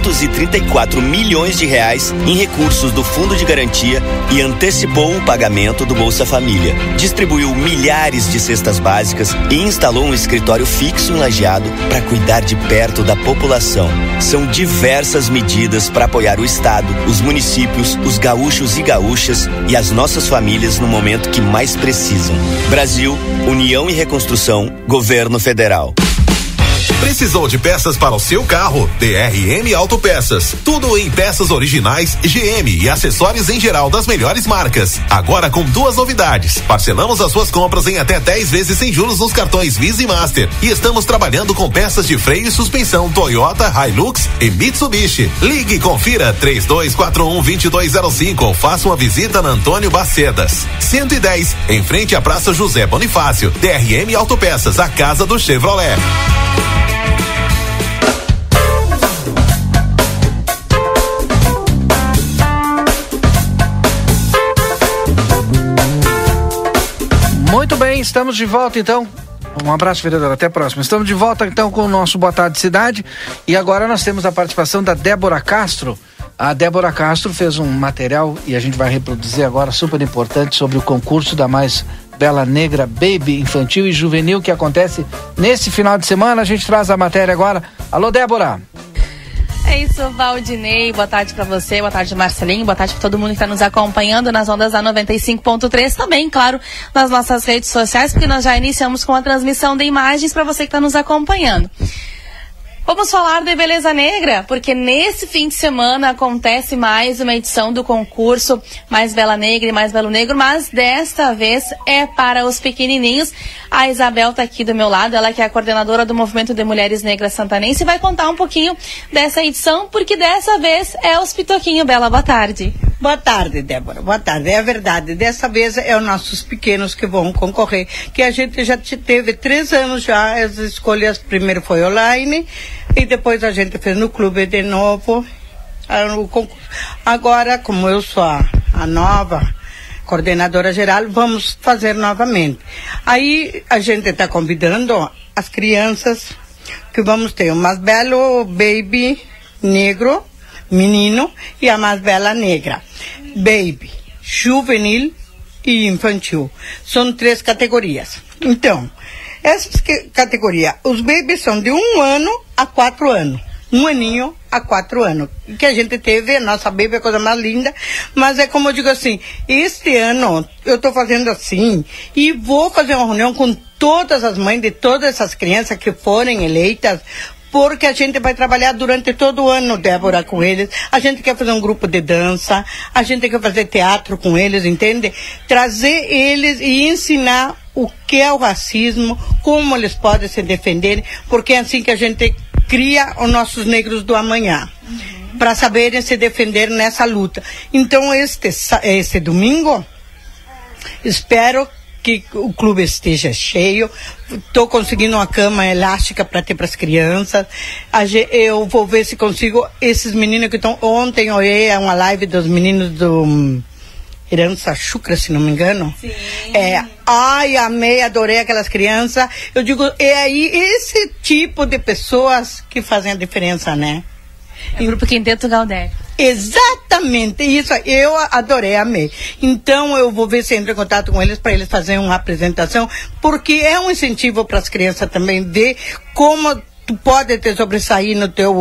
R$534 milhões em recursos do Fundo de Garantia e antecipou o pagamento do Bolsa Família. Distribuiu milhares de cestas básicas e instalou um escritório fixo em Lajeado para cuidar de perto da população. São diversas medidas para apoiar o Estado, os municípios, os gaúchos e gaúchas e as nossas famílias no momento que mais precisam. Brasil, União e Reconstrução, Governo Federal. Precisou de peças para o seu carro? DRM Autopeças. Tudo em peças originais, GM e acessórios em geral das melhores marcas. Agora com 2 novidades. Parcelamos as suas compras em até 10 vezes sem juros nos cartões Visa e Master. E estamos trabalhando com peças de freio e suspensão Toyota, Hilux e Mitsubishi. Ligue e confira 3241-2205 ou faça uma visita na Antônio Bacedas 110, em frente à Praça José Bonifácio. DRM Autopeças, a casa do Chevrolet. Muito bem, estamos de volta então. Um abraço, vereador, até a próxima. Estamos de volta então com o nosso Boa Tarde Cidade e agora nós temos a participação da Débora Castro A Débora Castro fez um material e a gente vai reproduzir agora, super importante, sobre o concurso da mais bela negra Baby infantil e juvenil que acontece nesse final de semana. A gente traz a matéria agora. Alô, Débora. É isso, Valdinei, boa tarde pra você, boa tarde, Marcelinho, boa tarde pra todo mundo que tá nos acompanhando nas ondas da 95.3, também, claro, nas nossas redes sociais, porque nós já iniciamos com a transmissão de imagens para você que tá nos acompanhando. Vamos falar de Beleza Negra, porque nesse fim de semana acontece mais uma edição do concurso Mais Bela Negra e Mais Belo Negro, mas desta vez é para os pequenininhos. A Isabel está aqui do meu lado, ela que é a coordenadora do Movimento de Mulheres Negras Santanense, e vai contar um pouquinho dessa edição, porque dessa vez é os Pitoquinho. Bela, boa tarde. Boa tarde, Débora. Boa tarde. É verdade. Dessa vez é os nossos pequenos que vão concorrer, que a gente já teve 3 anos já, as escolhas primeiro foi online, e depois a gente fez no clube de novo o concurso. Agora, como eu sou a nova coordenadora geral, vamos fazer novamente. Aí a gente está convidando as crianças, que vamos ter o mais belo baby negro, menino, e a mais bela negra, baby, juvenil e infantil. São 3 categorias. Então, essas categorias, os babies são de 1 ano a 4 anos. 1 aninho a 4 anos. Que a gente teve, a nossa baby é a coisa mais linda, mas é como eu digo assim, este ano eu estou fazendo assim, e vou fazer uma reunião com todas as mães de todas essas crianças que forem eleitas, porque a gente vai trabalhar durante todo o ano, Débora, com eles. A gente quer fazer um grupo de dança, a gente quer fazer teatro com eles, entende? Trazer eles e ensinar o que é o racismo, como eles podem se defender, porque é assim que a gente cria os nossos negros do amanhã, para saberem se defender nessa luta. Então, este domingo, espero que o clube esteja cheio. Estou conseguindo uma cama elástica para ter para as crianças. Eu vou ver se consigo esses meninos que estão. Ontem eu olhei uma live dos meninos do Herança Chucra, se não me engano. Sim. Ai, amei, adorei aquelas crianças. Eu digo, é aí esse tipo de pessoas que fazem a diferença, né? É o Grupo Quinteto Galdério. Exatamente, isso eu adorei, amei. Então eu vou ver se entro em contato com eles para eles fazerem uma apresentação, porque é um incentivo para as crianças também ver como tu pode te sobressair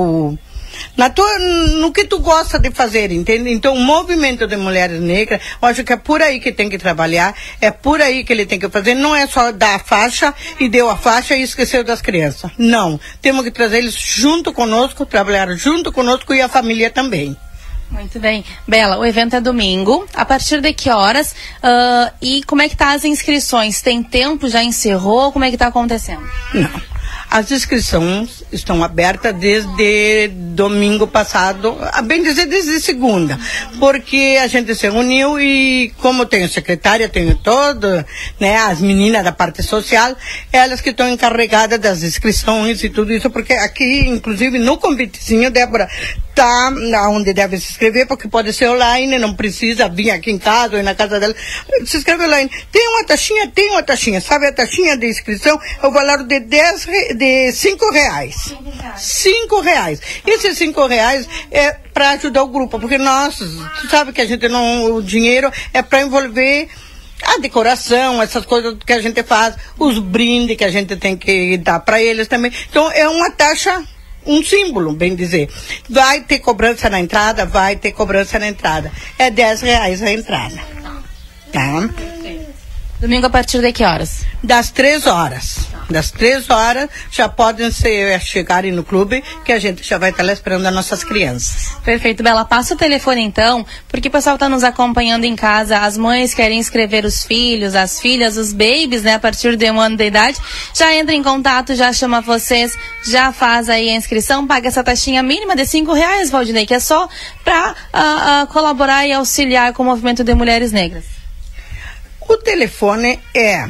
no que tu gosta de fazer, entende? Então o movimento de mulheres negras, eu acho que é por aí que tem que trabalhar, é por aí que ele tem que fazer, não é só dar a faixa e deu a faixa e esqueceu das crianças, não, temos que trazer eles junto conosco, trabalhar junto conosco e a família também. Muito bem. Bela, o evento é domingo, a partir de que horas? E como é que tá as inscrições? Tem tempo? Já encerrou? Como é que tá acontecendo? Não. As inscrições estão abertas desde domingo passado, a bem dizer desde segunda, porque a gente se reuniu e como tenho secretária, tenho todo, né, as meninas da parte social, elas que estão encarregadas das inscrições e tudo isso, porque aqui, inclusive no convitezinho, Débora, tá onde deve se inscrever, porque pode ser online, não precisa vir aqui em casa ou ir na casa dela, se inscreve online. Tem uma taxinha, sabe a taxinha de inscrição? É o valor de 5 reais. 5 reais. Esses 5 reais é para ajudar o grupo, porque tu sabe que a gente não, o dinheiro é para envolver a decoração, essas coisas que a gente faz, os brindes que a gente tem que dar para eles também. Então é uma taxa, um símbolo, bem dizer. Vai ter cobrança na entrada? Vai ter cobrança na entrada. É 10 reais a entrada. Tá? Domingo a partir de que horas? Das 3 horas. Das 3 horas já podem chegarem no clube, que a gente já vai estar lá esperando as nossas crianças. Perfeito, Bela. Passa o telefone então, porque o pessoal está nos acompanhando em casa, as mães querem inscrever os filhos, as filhas, os babies, né, a partir de 1 ano de idade. Já entra em contato, já chama vocês, já faz aí a inscrição, paga essa taxinha mínima de 5 reais, Valdinei, que é só para colaborar e auxiliar com o movimento de mulheres negras. O telefone é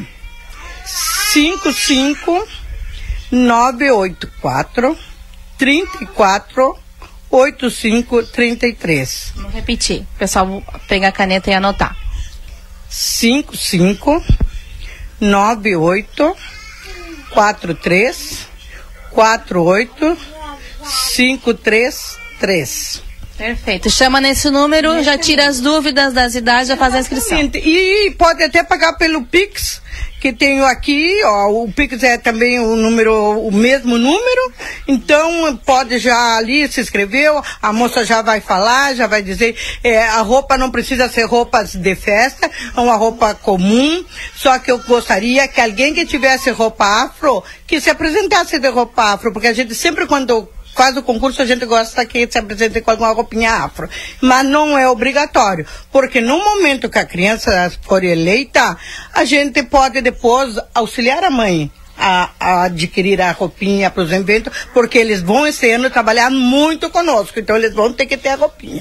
55984 348533. Vou repetir, o pessoal pegar a caneta e anotar. 5598 43 48 533. Perfeito. Chama nesse número, já tira as dúvidas das idades, já faz a inscrição. E pode até pagar pelo Pix, que tenho aqui, ó, o Pix é também o mesmo número, então pode já ali se inscrever, a moça já vai falar, já vai dizer, a roupa não precisa ser roupas de festa, é uma roupa comum, só que eu gostaria que alguém que tivesse roupa afro, que se apresentasse de roupa afro, porque a gente sempre quando faz o concurso, a gente gosta que se apresente com alguma roupinha afro. Mas não é obrigatório. Porque no momento que a criança for eleita, a gente pode depois auxiliar a mãe a adquirir a roupinha para os eventos, porque eles vão esse ano trabalhar muito conosco. Então eles vão ter que ter a roupinha.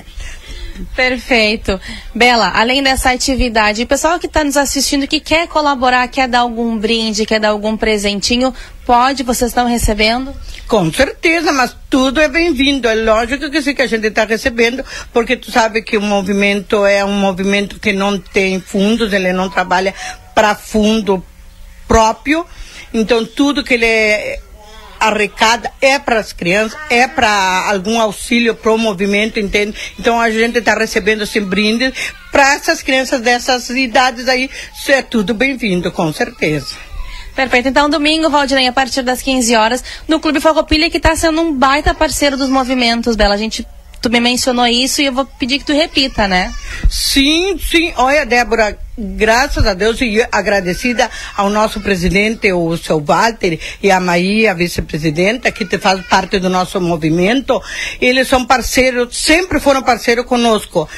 Perfeito. Bela, além dessa atividade, o pessoal que está nos assistindo, que quer colaborar, quer dar algum brinde, quer dar algum presentinho, pode? Vocês estão recebendo? Com certeza, mas tudo é bem-vindo. É lógico que sim, que a gente está recebendo, porque tu sabe que o movimento é um movimento que não tem fundos, ele não trabalha para fundo próprio, então tudo que ele arrecada é para as crianças, é para algum auxílio para o movimento, entende? Então a gente está recebendo assim brindes para essas crianças dessas idades aí, isso é tudo bem-vindo, com certeza. Perfeito. Então, domingo, Valdinei, a partir das 15 horas, no Clube Farroupilha, que está sendo um baita parceiro dos movimentos, Bela. Tu me mencionou isso e eu vou pedir que tu repita, né? Sim. Olha, Débora, graças a Deus e agradecida ao nosso presidente, o seu Walter, e a Maí, a vice-presidenta, que faz parte do nosso movimento. Eles são parceiros, sempre foram parceiros conosco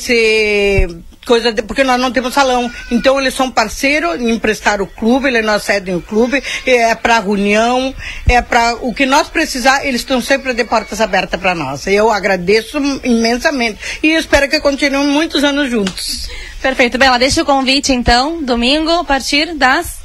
nesse porque nós não temos salão, então eles são parceiros em emprestar o clube, eles nos cedem o clube, é para reunião, é para o que nós precisar, eles estão sempre de portas abertas para nós. Eu agradeço imensamente e espero que continuem muitos anos juntos. Perfeito, Bela, deixa o convite então, domingo, a partir das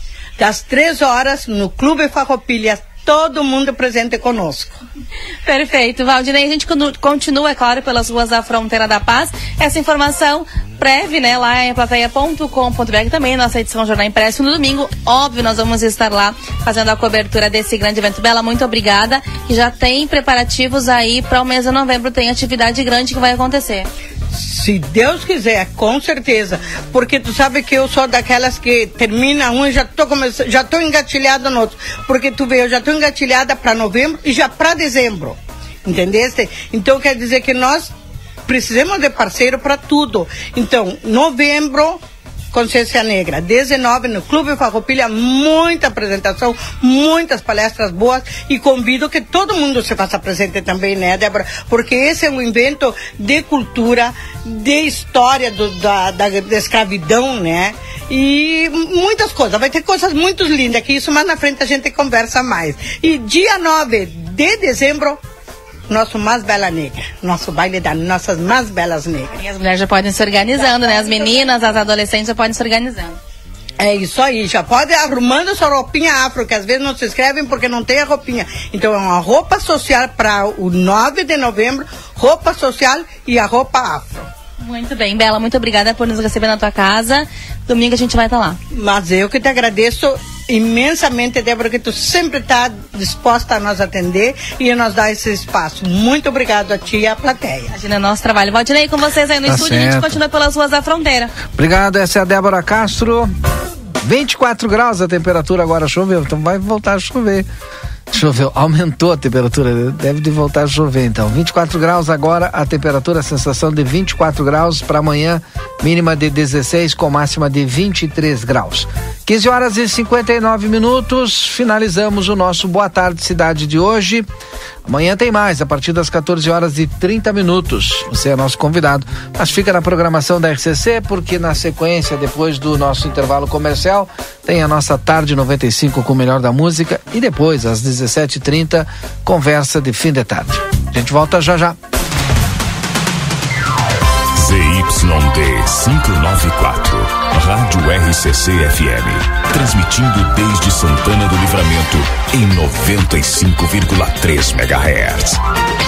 3 horas, no Clube Farroupilha, todo mundo presente conosco. Perfeito, Valdinei, a gente continua, é claro, pelas ruas da Fronteira da Paz. Essa informação breve, né, lá em plateia.com.br, também nossa edição Jornal Impresso no domingo. Óbvio, nós vamos estar lá fazendo a cobertura desse grande evento. Bela, muito obrigada. E já tem preparativos aí para o mês de novembro, tem atividade grande que vai acontecer. Se Deus quiser, com certeza, porque tu sabe que eu sou daquelas que termina um e já tô engatilhada no outro, porque tu vê, eu já tô engatilhada para novembro e já para dezembro, entendeste? Então quer dizer que nós precisamos de parceiro para tudo. Então, novembro, Consciência Negra, 19 no Clube Farroupilha, muita apresentação, muitas palestras boas e convido que todo mundo se faça presente também, né, Débora? Porque esse é um evento de cultura, de história da escravidão, né? E muitas coisas, vai ter coisas muito lindas que isso mais na frente a gente conversa mais. E dia 9 de dezembro, nosso Mais Bela Negra, nosso baile das nossas mais belas negras. E as mulheres já podem se organizando, né? As meninas, as adolescentes já podem se organizando. É isso aí, já pode arrumando sua roupinha afro, que às vezes não se inscrevem porque não tem a roupinha. Então é uma roupa social para o 9 de novembro, roupa social e a roupa afro. Muito bem, Bela, muito obrigada por nos receber na tua casa. Domingo a gente vai estar lá. Mas eu que te agradeço imensamente, Débora, que tu sempre está disposta a nos atender e a nos dar esse espaço. Muito obrigado a ti e à plateia. Imagina, nosso trabalho. Valdinei, com vocês aí no estúdio, certo. A gente continua pelas ruas da fronteira. Obrigado, essa é a Débora Castro. 24 graus a temperatura agora, choveu, então vai voltar a chover. Choveu, aumentou a temperatura, deve de voltar a chover então. 24 graus agora a temperatura, a sensação de 24 graus para amanhã, mínima de 16 com máxima de 23 graus. 15 horas e 59 minutos, finalizamos o nosso Boa Tarde Cidade de hoje. Amanhã tem mais, a partir das 14 horas e 30 minutos. Você é nosso convidado, mas fica na programação da RCC, porque na sequência, depois do nosso intervalo comercial, tem a nossa Tarde 95 com o melhor da música e depois, às 17h30, conversa de fim de tarde. A gente volta já já. ZYD 594, Rádio RCC FM, transmitindo desde Santana do Livramento em 95,3 MHz.